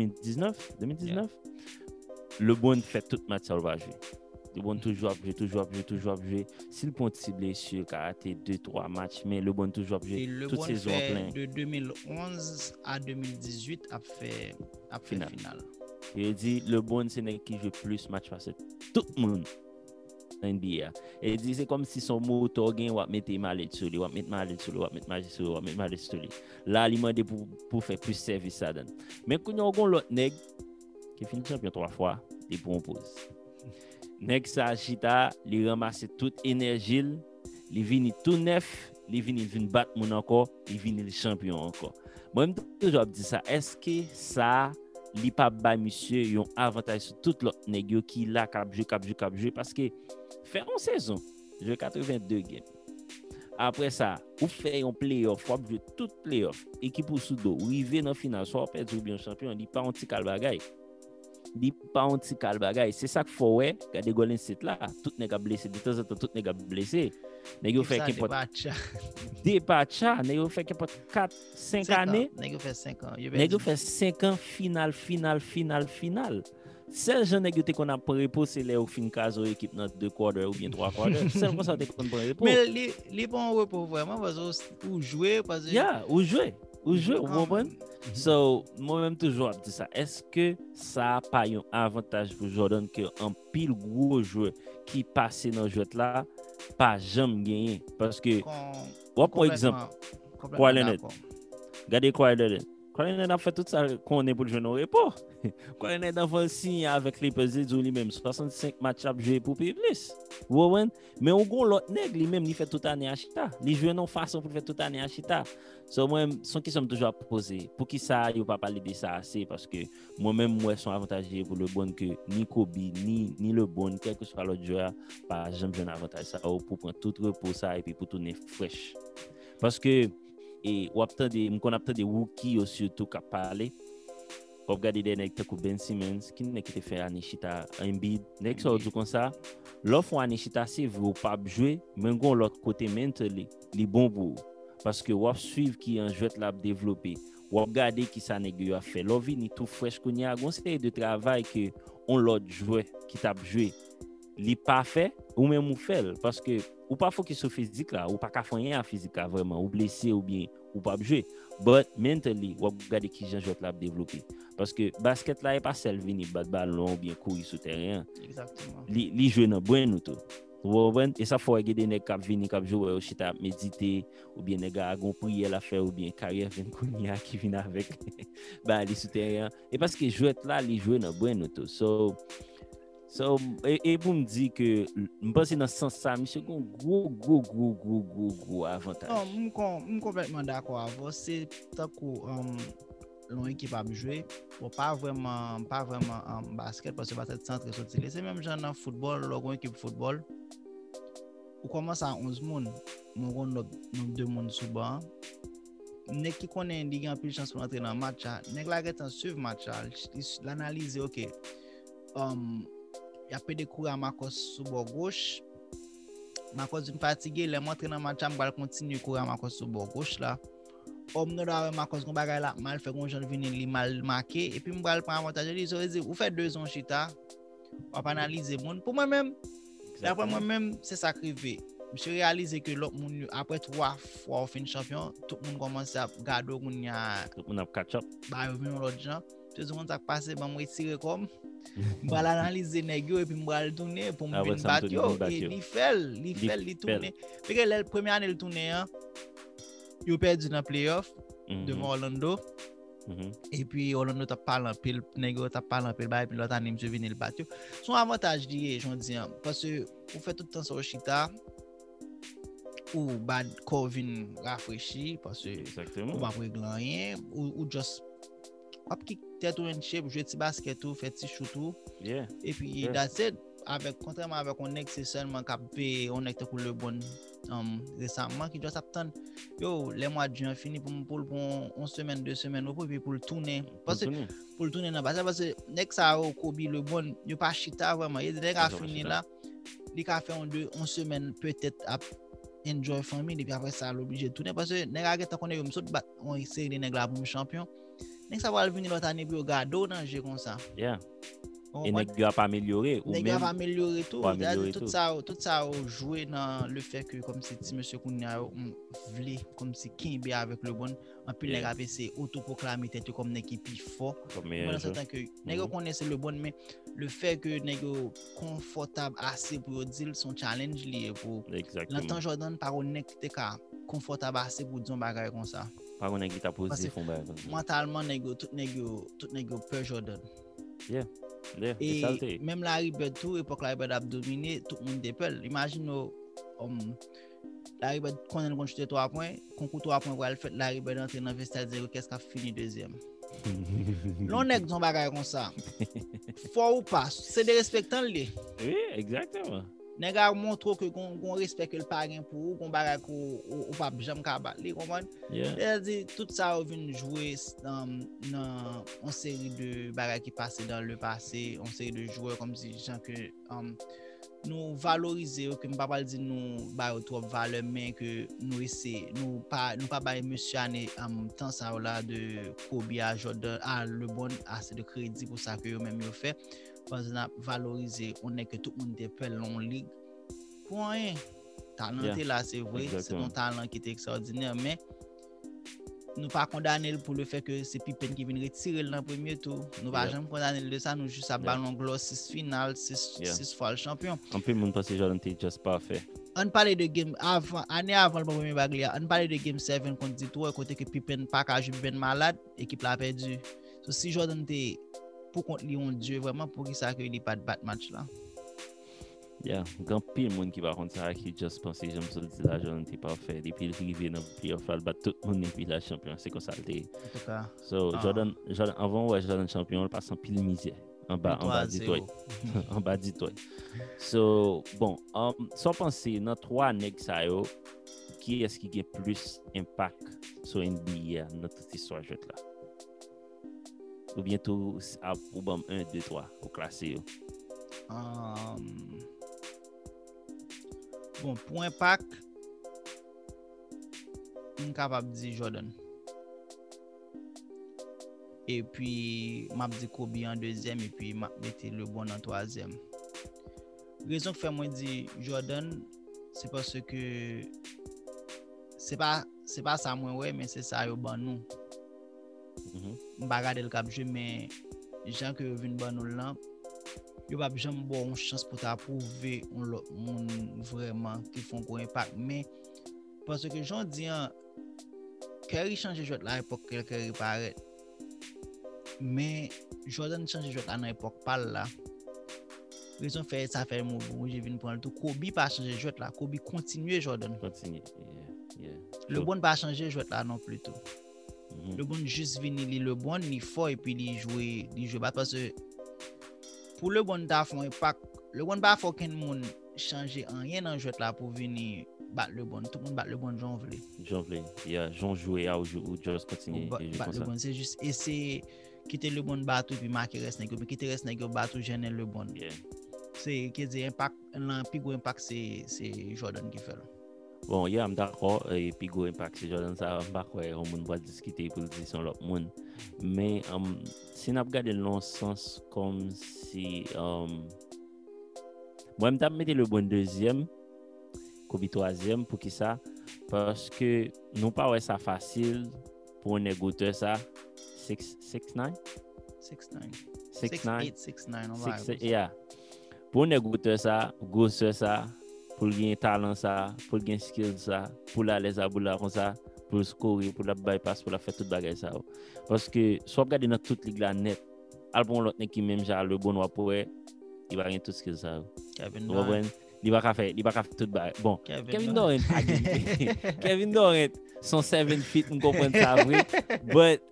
le bon fait tout match ça va jouer le bon toujours jouer s'il prend petit blessure qui a raté 2-3 matchs mais le bon toujours jouer toute saison plein de 2011 à 2018 a fait finale il dit le bon c'est qui joue plus match parce que tout le monde NBA et dit c'est comme si son moteur gain ou mettre mal sur lui là il demande pour faire plus service ça donne mais quand on a l'autre nèg qui finit champion 3 fois il propose nèg ça chita il ramasse toute énergie il vient tout neuf il vient battre mon encore il vient le champion encore moi même toujours dit ça est-ce que ça li pa ba monsieur yon avantage sur tout l'autre nèg yo qui là cap jouer parce que faire une saison jouer 82 games après ça ou faire un playoff ou jouer tout playoff équipe pour soudo ou arriver dans finale soit perdre ou bien champion dit pas un petit calbagay c'est ça qu'il faut ouais regarder Golden State là tout nèg blessé de temps en temps tout nèg blessé nèg yo fait qu'importe débatcha, nèg fait 4 5 années. Nèg fait 5 ans. Nèg fait 5 ans final. Seul gens nèg te qu'on a reposer les au fin caso équipe dans 2 quarters ou bien 3 quarters. Seul comme ça te qu'on prendre repos. Mais les bon repos vraiment parce que ou jouer parce que yeah, ou jouer, vous comprenez? So, moi-même toujours dit ça. Est-ce que ça a pas un avantage pour Jordan que un pile gros joueur qui passe dans jeu là pas jamais gagné parce que par exemple Kawhi Leonard. Regardez Kawhi Leonard. Kawhi Leonard a fait tout ça qu'on est pour le jouer au repos. Kawhi Leonard a signé avec les Pacers lui-même 65 matchs à jouer pour plus. Mais on gon l'autre nèg lui-même il fait toute année à Chita. Il joue non façon pour faire toute année à Chita. So moi son question toujours poser pour qui ça yo pas parler de ça assez parce que moi-même moi sont avantagé pour le bon que ni Kobe ni le bon quel que soit l'autre joueur pas jamais un avantage ça pour prendre tout repos ça et puis pour tourner fraîche. Parce que et on attend des rookies surtout qui parler. On regarde des nèg comme Ben Simmons qui n'est qui te fait Anishita Embiid nèg ça tout comme ça. L'offre Anishita c'est vous pas jouer mais gon l'autre côté mentally li bon pour parce que on suivre qui en jeu là développer. On regarder qui ça nèg a fait. L'ovi ni tout fraîche qu'on y a gon c'est de travail que on l'autre joueur qui t'a joué li pas fait ou même ou fait parce que ou pas focus sur physique là ou pas ka faire rien physique là vraiment ou blessé ou bien ou pas jouer but mentally ou regarder qui Jean joueur là développer parce que basket là est pas seul venir battre ballon ou bien courir sur terrain exactement li jouer dans bon tout et ça faut regarder nèg qui venir qui jouer au chita méditer ou bien nèg a gon prière à faire ou bien carrière vinn kounya qui vient avec bah li sur terrain et parce que joueur là li jouer dans bon tout et pour me dire que je pense dans ce sens ça monsieur un gros avantage. Non, je complètement d'accord avec vous. C'est tant que l'on équipe a jouer, pas vraiment en basket parce que pas être centre sorti. C'est même genre dans football, l'on équipe football. On commence à 11 monde, mon nombre 2 monde sous banc. Nek qui connaît ligue en plus chance pour entrer dans match, nek la get en suivre match, l'analyser OK. Il y a peu de coups à Marcos sur bord gauche. Marcos est fatigué, il est montré dans le match, il va continuer à courir à Marcos sur bord gauche là. Nous avons Marcos qui a là mal fait, qu'on vient mal marqué et puis je vais prendre avantage. Je dis, vous faites 2 ans chita, on va analyser monde. Pour moi-même, d'après moi-même, c'est ça qui arrive. Je réalise que l'autre monde après 3 fois au fin champion, tout le monde commence à garder tout le monde a catch up. Bah, l'autre gens, tout le monde a passé, bah moi tirer comme je vais analyser nèg et puis je vais le tourner pour me venir battre et il fait tourner parce que la première année le tourner il a perdu dans playoff devant Orlando et puis Orlando t'a parlé en pile nèg t'a parlé en pile et puis l'autre année monsieur venir le battre son avantage dit j'en dis parce que vous fait tout le temps sur chita ou bad Corvin rafraîchi parce que exactement on va pas rien ou just hop qui tête ou une shape jouer petit basket tout fait petit shoot tout et puis that's it avec contrairement avec on est c'est seulement capé on est pour le bon récemment qui doit s'attendre yo les mois de juin fini pour 1 semaine 2 semaines et puis pour le tourner parce que pour le tourner parce que next ça Kobe le bon il pas chita vraiment il dit a fini là il a fait 1 semaine peut-être à enjoy famille et puis après ça l'obligé de tourner parce que nèg a geta connait me saute battre on série de nèg là pour champion nèg ça va venir l'autre année puis regarder dans jeu comme ça et nèg a pas amélioré ou même nèg a amélioré tout tout ça jouer dans le fait que comme si monsieur Kounia voulait comme si Kimbe avec le bon en plus nèg a c'est autoproclamé tête comme nèg qui plus fort dans certain que nèg connaissait le bon mais le fait que nèg confortable assez pour dire son challenge lié pour l'entend Jordan par nèg qui confortable assez pour dire bagarre comme ça par nèg qui t'a posé fond bagarre mentalement tout nèg peur Jordan et même Larry Bird tout époque Larry Bird a dominé tout le monde dépelle imagine Larry Bird quand on shooter 3 points concours 3 points pour le fait Larry Bird entrer dans vestiaire 0 qu'est-ce qu'a fini deuxième l'on est dans bagarre comme ça fort ou pas c'est de respectant lui oui exactement nèg a montre que gon respecte le parrain pour gon bagarre ou pas jamais ka battre li comprendre dit tout ça vient jouer dans une série de bagarres qui passaient dans le passé, une série de joueurs comme si gens que nous valoriser que pas pas dire nous ba trop valeur mais que nous essayer nous pas ba monsieur année temps ça là de Kobe à Jordan à LeBron assez de crédit pour ça que eux même yo fait parce qu'on a valorisé on est que tout le monde est pelle en ligue pour rien talent là c'est vrai. Exactement. C'est ton talent qui est extraordinaire mais nous pas condamner pour le fait que c'est Pippen qui vient retirer dans le premier tour. Nous pas jamais condamner de ça, nous juste à ballon gloss 6 finales, 6 fois le champion. En plus monde pense que Jordan était juste parfait. On parlait de game année avant le premier bagarre, on parlait de game 7 contre Detroit côté que Pippen pas qu'à jouer Pippen malade, équipe l'a perdu. So si Jordan était pour contre Lyon Dieu vraiment pour qui ça que il pas de battre match là. Grand pile monde qui va contre ça qui juste pense j'aime ça dire la Jordan était parfait depuis il arrivé dans playoff là battre tout le monde et puis la champion c'est comme ça le en tout cas. So Jordan avant Jordan champion il passe en pile misère en bas Detroit. En bas Detroit. So bon sans penser dans trois nèg ça yo qui est-ce qui a plus impact sur NBA dans toute histoire jeu là ou bientôt à probable 1 2 3 pour classer yo. Bon, pour impact, je suis capable de dire Jordan. Et puis, je dis Kobe en deuxième et puis je mettais LeBron en troisième. La raison que fait moi dire Jordan, c'est parce que c'est pas ça moi ouais, mais c'est ça yo ban nous. Je pas regarder le cap jeu mais les gens que viennent ban nous là yo pas jamais bon une chance pour t'approuver on l'autre monde vraiment qui font un impact mais parce que j'en dis Curry change joueur là époque que Curry paraît mais Jordan change joueur là dans époque pas là raison fait ça fait moi j'ai vinn prendre tout Kobe pas changer joueur là Kobe continue Jordan le bon pas changer joueur là non plus tout le bon juste venir le bon il fort et puis il jouer parce que pour le bon ta font impact le bon pas faut qu'un monde changer rien dans jeu là pour venir battre le bon tout le monde battre le bon Jean Vlé Jean jouer ou juste continuer battre le bon c'est juste essayer quitter le bon battre puis marquer reste nèg mais quitter reste nèg battre gêner le bon c'est qui dit impact un plus gros impact c'est Jordan qui fait là. Bon, I'm d'accord et puis go impact c'est Jordan ça pas quoi on monde va discuter pour position l'autre monde mais si on regarde dans sens comme si moi me mettre le bon deuxième Kobe troisième pour qui ça parce que nous pas ouais ça facile pour négocier ça 6'9" pour négocier ça gosser ça pour gagner talent ça pour gagner skill ça pour aller à boula comme ça pour scorer pour la bypass pour la faire toute bagarre ça parce que soit regarder dans toute ligue là net album l'autre qui même genre le bon pour il va gagner tout skill ça il va faire toute bagarre bon Kevin Durant son 7 feet on comprend ça vrai but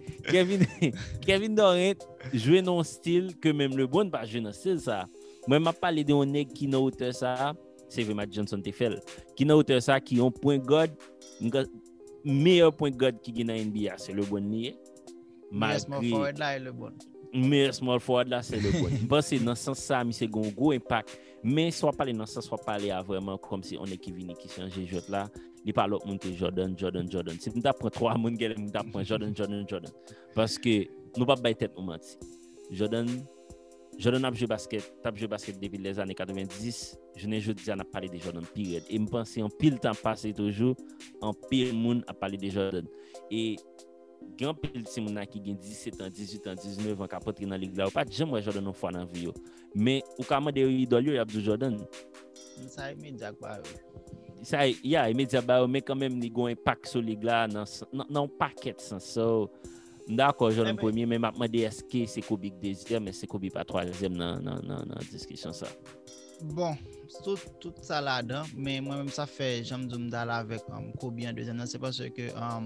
Kevin Durant joue dans style que même le bon pas jouer dans style ça moi m'a parlé de un nèg qui n'a hauteur ça c'est Magic Johnson te fait qui n'a hauteur ça qui ont point guard meilleur point guard qui gagne dans NBA c'est le bon nier mais small forward là est le bon mais small forward là c'est le bon parce que dans ce sens ça c'est un gros impact mais soit parler dans ce sens soit parler à vraiment comme si on est qui vient qui changer jeu là il parle l'autre monde Jordan si nous prend trois monde qui prend Jordan parce que nous pas bailler tête nous mentir Jordan a joué basket depuis les années 90. Je n'ai jamais dit à parler de Jordan période. Et je pense en pile temps passé toujours, en pile monde a parlé de Jordan. Et grand pile de monde qui a 17 ans, 18 ans, 19 ans qui a porté dans la ligue là, ou pas jamais Jordan une fois dans la vie. Mais ou quand même des idoles, il y a du Jordan. Ça immédiat quoi. Ça immédiat bah mais quand même il a un impact sur la ligue là dans paquet sens. So d'accord, Jordan premier, mais m'a demandé est-ce que c'est Kobe deuxième, mais c'est Kobe pas troisième dans discussion ça. Bon, tout ça là-dedans, mais moi-même ça fait j'aime dire avec Kobe en deuxième, c'est parce que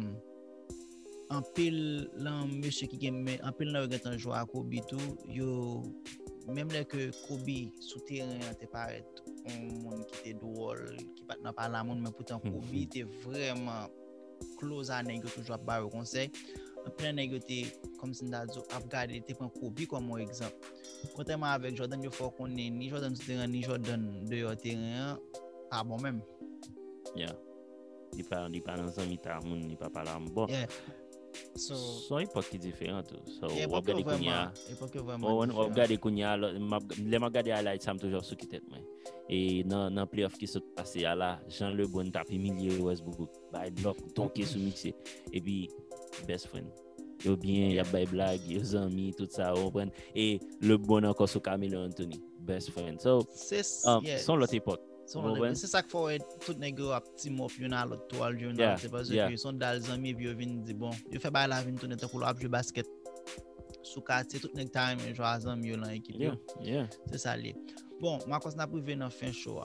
en pile monsieur qui gagne en pile là quand jouer à Kobe tout, yo même là que Kobe sous terrain te paraît un monde qui était drôle, qui pas dans la monde mais pourtant Kobe était vraiment close à nèg toujours pas au conseil. En plein négocier comme si n'a a regardé te prend Kobe comme exemple Contrairement avec Jordan, il faut qu'on ait ni Jordan sur terrain, ni Jordan dehors terrain, pas bon même. Yeah. Il pas dans un mi-temps, il pas parler bon. Yeah. Son époque est différente. So, on regarde Kounia. On regarde Kounia, les regarder highlights ça me toujours sous qui tête moi. Et dans playoff qui se passé là, Jean Lebon tape milieu Westbrook, by block donc sous mixé et puis best friend. Yo bien, y a des blagues, yo amis, tout ça, on prend et le bon encore sur Carmelo Anthony, best friend. So, son l'autre époque. C'est ça qu'il faut tout nègre à team up yon à l'autre toile journal, c'est parce que son dans amis puis yo vinn di bon, yo fait ba la vinn tourner tant pour jouer basket. Sous quartier tout nèg time jouer amis yo dans équipe. Yeah. C'est ça li. Bon, moi quand n'a privé dans fin show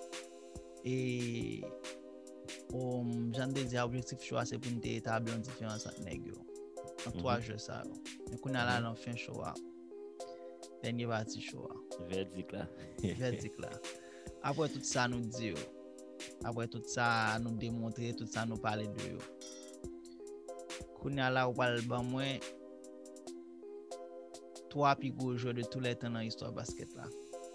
et j'en dit objectif show c'est pour nous établir une différence entre nèg yo. En 3 jeux ça. Mais qu'on a là dans fin show dernier parti show. Verdict là. Après tout ça nous dit, après tout ça nous démontrer, tout ça nous parler de yo. Qu'on a là ou parle ban moi 3 plus gros joueurs de tous les temps dans l'histoire basket là.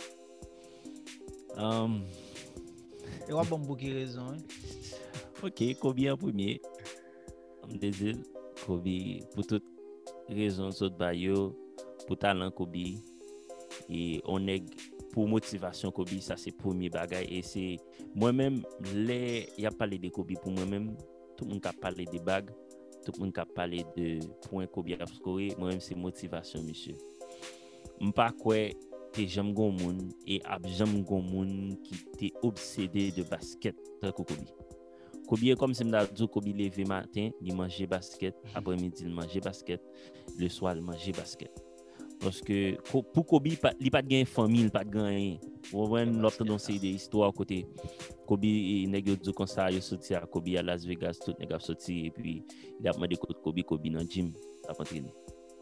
Et on bon beaucoup raison. OK, Kobe en premier. On désire Kobe pour toute raison saute bayo, pour talent Kobe et on est pour motivation Kobe, ça c'est premier bagage et c'est moi-même les y a parlé de Kobe pour moi-même, tout le monde a parlé de bagues, tout le monde a parlé de points Kobe a scoré, moi-même c'est motivation monsieur. M'pas quoi t'es jamais gon monde et jamais gon monde qui t'est obsédé de basket tant que Kobe. Kobe est comme si m'da dit Kobe lever matin, il manger basket, après-midi il manger basket, le soir il manger basket. Parce que pour Kobe, il pas de gain famille, il pas de gain. On voit l'autre dans ces histoires côté Kobe nèg yo dit comme ça, il sorti à Kobe à Las Vegas, tout nèg a sorti et puis il a demandé Kobe dans gym à entraîner.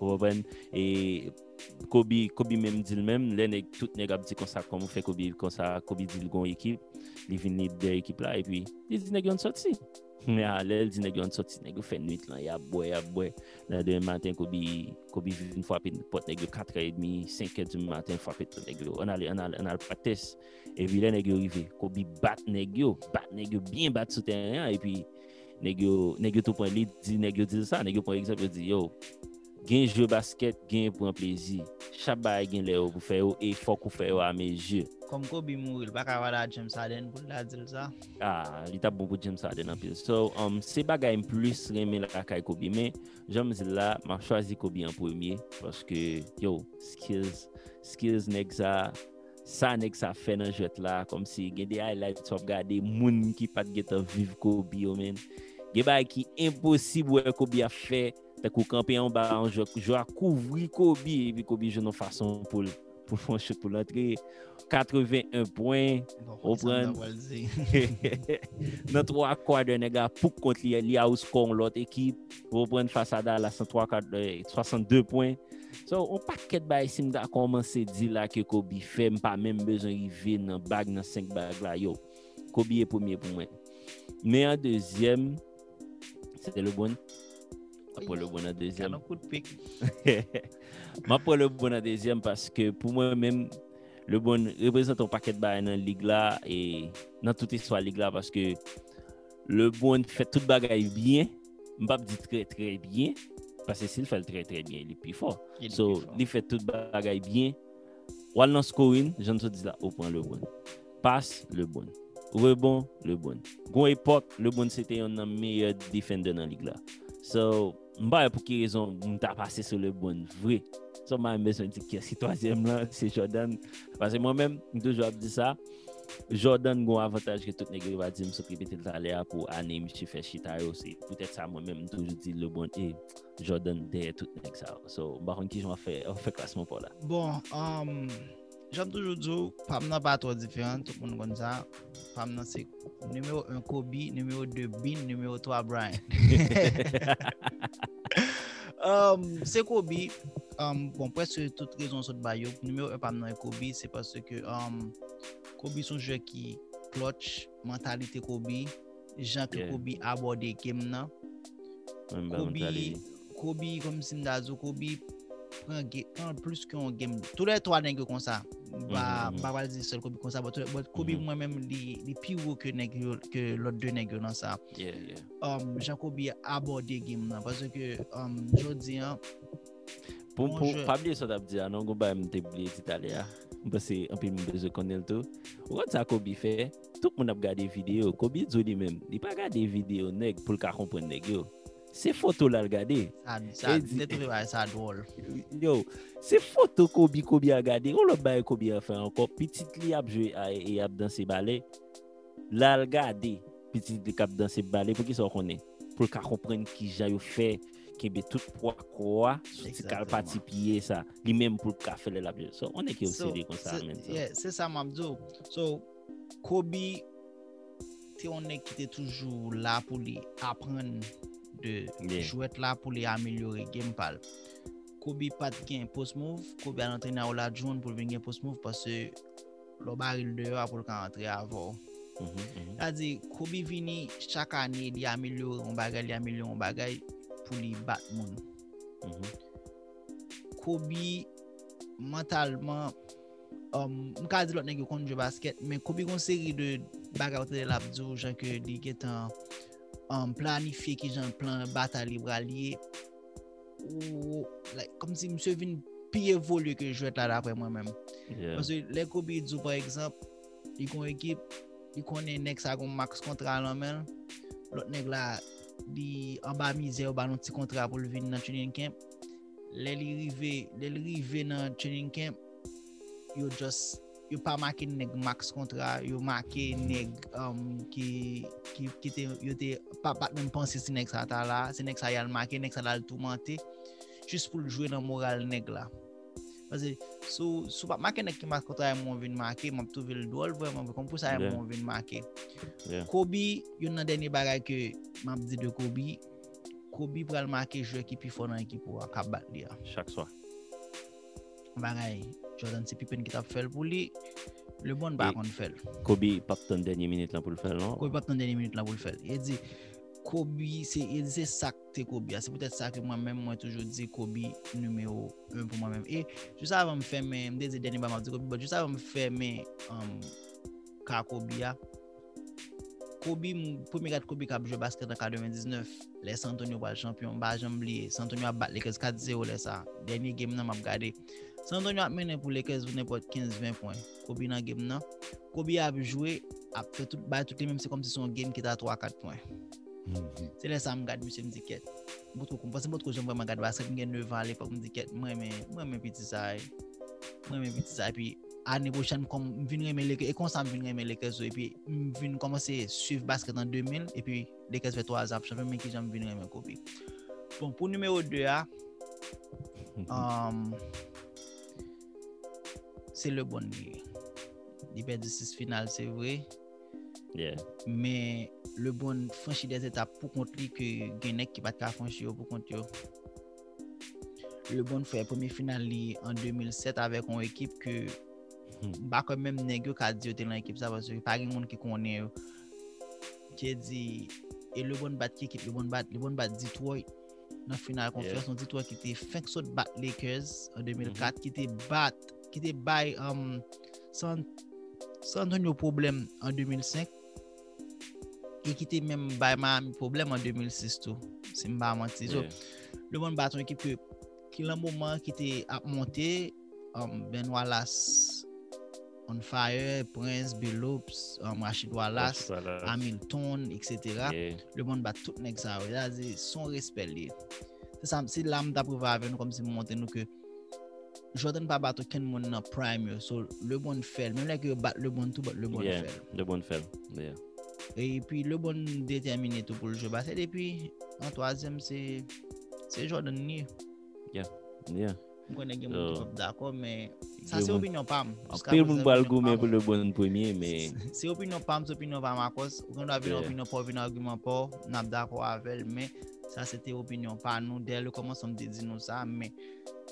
Et Kobe même dit même les nèg tout nèg a dit comme ça comment fait Kobe comme ça Kobe dit il gon équipe, il vient leader équipe là et puis il dit nèg on sorti. Mais à l'aile dit nèg on sorti nèg fait nuit là y a boy dans demain matin Kobe vient frapper porte nèg 4h30 5h du matin frapper tout nèg on a practice et puis les nèg arrivé Kobe bat nèg bien bat sur terrain et puis nèg tout point lead dit nèg dit ça nèg par exemple dit yo gain jeu basket gain pour un plaisir chaque bail gain les pour faire et faut qu'on faire à mes yeux comme Kobe mourir pas capable James Harden pour la dire ça il t'a beaucoup James Harden en plus so c'est bagay plus remet la kay Kobe mais j'aime là m'a choisi Kobe en premier parce que yo skills nèg ça fait dans jeu là comme si gain des highlights tu regarder moun qui pas get vivre Kobe yo men des bagay qui impossible Kobe a fait t'as qu'au camper en bas en jeu à couvrir Kobe et puis Kobe joue de façon pour franchir pour l'entrée 81 points on prend dans 3 quarts de nèg pour contre li a score l'autre équipe on prend face à Dallas 62 points so on paquet bail sim da commencer dire là que Kobe fait pas même besoin arriver dans bag dans 5 bag là yo Kobe est premier pour moi mais en deuxième c'était le bon pour le bon en deuxième. Ma pour le bon en deuxième parce que pour moi même le bon représente un paquet de bail dans ligue là et dans toute histoire ligue là parce que le bon fait toute bagaille bien, m'pas dit très très bien parce que s'il fait très très bien, il est plus fort. Il fait toute bagaille bien. Wall non scoring, je ne te dis là au point le bon. Passe le bon. Rebond le bon. Gon époque le bon c'était un meilleur défenseur dans ligue là. So m'pa pour quelle raison m'ta passé sur le bon vrai. So m'a besoin de dire que troisième là c'est Jordan parce que moi-même toujours dit ça. Jordan gon avantage que tout nèg va dire me répéter tout à l'heure pour année monsieur fait chita aussi. Peut-être ça moi-même toujours dit le bon et Jordan derrière tout nèg ça. So par contre qui j'en fait classement pour là. Bon j'aime toujours dire pas trop différent tout le monde comme ça. Pamna c'est numéro 1 Kobe, numéro 2 Bean, numéro 3 Brian. C'est Kobe bon presque toute raison sur bayo numéro 1 Pamna Kobe c'est parce que Kobe son jeu qui clutch mentalité Kobe Jean que Kobe aborde game là Kobe comme si m'dazo Kobe prend plus qu'un game. Tous les trois nègres comme ça. Pas dire seul Kobe comme ça, mais Kobe moi-même les plus haut que l'autre deux nègres dans ça. Jacob a abordé game là parce que je dis pour pas oublier ça d'abdi non go ba m'te oublier italien parce que un peu besoin connaître tout. Quand ça Kobe fait, tout le monde a regardé vidéo. Kobe dit lui-même, il pas regarder vidéo nègre pour le comprendre nègre. Ces photos là regarder ça drôle yo ces photos Kobe a regardé on le bail Kobe a fait encore petit li a joué et a danser ballet là regarder petit li cap danser ballet pour qu'il soit connaît pour qu'il comprenne qui j'ai fait qui be tout quoi c'est cal parti pied ça lui même pour qu'il faire la vie so on est qui aussi comme ça c'est ça m'abdou so Kobe c'est on est qui était toujours là pour lui apprendre de jouer là pour les améliorer gamepad. Kobe pas gain post move, Kobe a entraîné à la zone pour venir post move parce que le baril dehors pour rentrer avant. C'est-à-dire Kobe vini chaque année il améliore un bagage pour les battre monde. Kobe mentalement m'ka dit l'autre nèg kon jouer basket mais Kobe une série de bagages de l'abdou genre que li getan planifié qui j'ai un plan bataille libre allié ou comme si monsieur vient plus évoluer que je vais là d'après moi-même parce que les Kobe dit par exemple ils ont équipe ils connaissent nèg ça comme max contrat en main l'autre nèg là dit en bas misère ba un petit contrat pour venir dans training camp les river dans training camp yo pas marqué nèg max contrat yo marqué nèg qui était pas même penser si nèg ça là c'est nèg ça y a marqué nèg ça là tout menté juste pour jouer dans moral nèg là parce que sous pas marqué nèg qui marque contrat mon vinn marqué m'a trouvé le drôle vraiment comme pour ça mon vinn marqué Kobe yon nan dernier bagage que m'a dit de Kobe pral marquer joueur qui plus fort dans équipe pour cap battre chaque soir bagay Jordan c'est Pippen qui t'a fait pour lui le bon pas qu'on fait Kobe pas dans dernière minute là pour le faire non Kobe pas dans dernière minute là pour le faire il dit Kobe c'est ça que Kobe c'est peut-être ça que moi toujours dit Kobe numéro 1 pour moi-même et juste avant me faire mais me dire dernier m'a dit Kobe juste avant me faire mais premier gars Kobe qui a joué basket en 99 les San Antonio pas champion ba jamblier San Antonio a battu les 4-0 les ça dernier game là m'a regardé San Antonio a mené pour les 15 n'importe 15-20 points Kobe dans game là Kobe a joué a fait tout les mêmes c'est comme si son game qui était à 3-4 points c'est là ça me regarde monsieur me dit quête beaucoup parce que j'aime vraiment regarder basket me 9 ans à l'époque me dit quête moi mais petit ça et puis année prochaine comme venir aimer les et comme ça venir aimer les et puis venir commencer suivre basket en 2000 et puis les fait 3 ans champion mais qui j'aime venir aimer Kobe bon pour numéro 2 c'est le bon il perd 6 finales c'est vrai mais le bon franchit des étapes pour contre lui que Genek qui pas ta franchir pour contre yo le bon fait premier finale en 2007 avec une équipe que pas quand même nèg ka dit dans l'équipe ça parce que pas grand monde qui connaît qui dit et le bon bat qui équipe le bon bat Detroit dans finale conférence Detroit qui était fin saut bat Lakers en 2004 qui était by San Antonio problème en 2005 et qui était même by Miami problème en 2006 tout c'est pas mentir le bon bat une équipe qui le moment qui était à monter Ben Wallace on fire Prince Billups Rashid Wallace Hamilton etc. le monde bat tout nèg ça c'est son respect c'est ça c'est l'âme d'approuver avec nous comme si monter nous que Jordan pas battre aucun monde dans prime so le bon fait même là que bat le bon tout le bon fait le bon fait et puis le bon déterminé tout pour le jeu basket et puis en troisième c'est Jordan ni d'accord mais ça c'est opinion pam après mon bal goûter pour le bon premier mais c'est opinion pam ma cause on doit venir opinion pour venir argument pas n'a d'accord avec mais ça c'était opinion pas nous dès le commencement de dire nous ça mais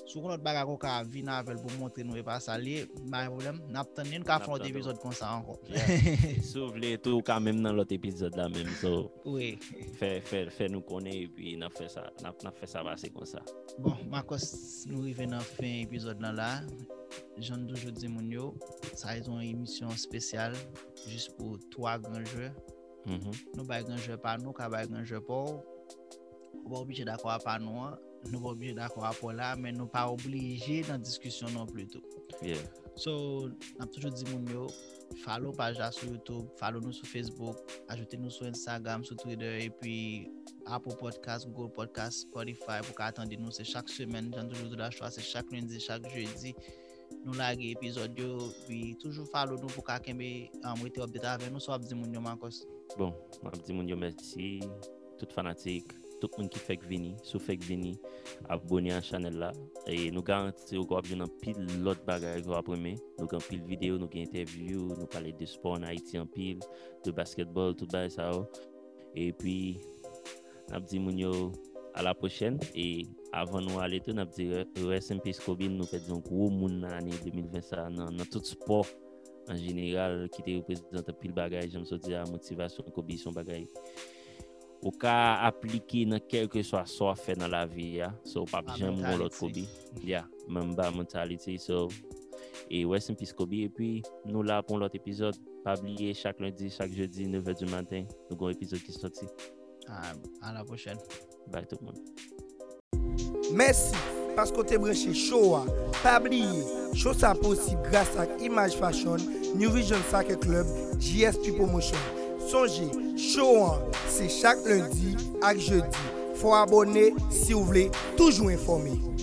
Sou kon l'autre bagage qu'on ka vinn avec pour montrer nous et pas ça lié, pas problème. N'a attendre ka font un épisode comme ça encore. S'ouvre tout quand même dans l'autre épisode là même so. Oui. Fait nous connaître et puis n'a fait ça passer comme ça. Bon, Marcos, nous arrivons dans fin épisode là. J'en toujours dit mon yo, ça est une émission spéciale juste pour 3 grands joueurs. Nous pas grand joueur pas nous, pas grand joueur pas. On pas obligé d'accord pas nous, nous pas obligé d'accord pour là, mais nous pas obligé dans discussion non plus tout. Yeah. So, n'a toujours dit mon yo, follow page là sur YouTube, follow nous sur Facebook, ajoutez-nous sur Instagram, sur Twitter et puis Apple Podcast, Google Podcast, Spotify pour qu'attendre nous c'est chaque semaine, j'en toujours de la choix, c'est chaque lundi, chaque jeudi. Nous laguer épisode yo, puis toujours follow nous pour qu'akembe rester update avec nous, so abdi mon yo Marcos. Bon, abdi mon yo merci tout fanatique, tout monde qui fait vini, sous fait vini, abonner à la chaîne là et nous garantir qu'on va bien pile l'autre bagage qu'on après nous avons pile vidéo, nous interview, nous parler de sport en Haïti en pile, de basketball tout ça ça. Et puis abdi mon yo à la prochaine et avant nous aller tout n'a dit SMP Scobie nous fait un gros monde dans l'année 2020 ça dans tout sport en général qui te représente pile bagage j'aime ça dire motivation Kobe son bagage au cas appliquer dans quel que soit fait dans la vie so pas jamais l'autre Kobe même bas mentality so et SMP Scobie et puis nous là pour l'autre épisode pas oublier chaque lundi chaque jeudi 9h du matin nous avons un épisode qui sorti à la prochaine. Bye tout le monde. Merci parce que tu es branché Showa. Pas oublier, show ça possible grâce à Image Fashion, New Vision Soccer Club, JSP Promotion. Songez, Showa, c'est chaque lundi et jeudi. Faut abonner si vous voulez toujours informer.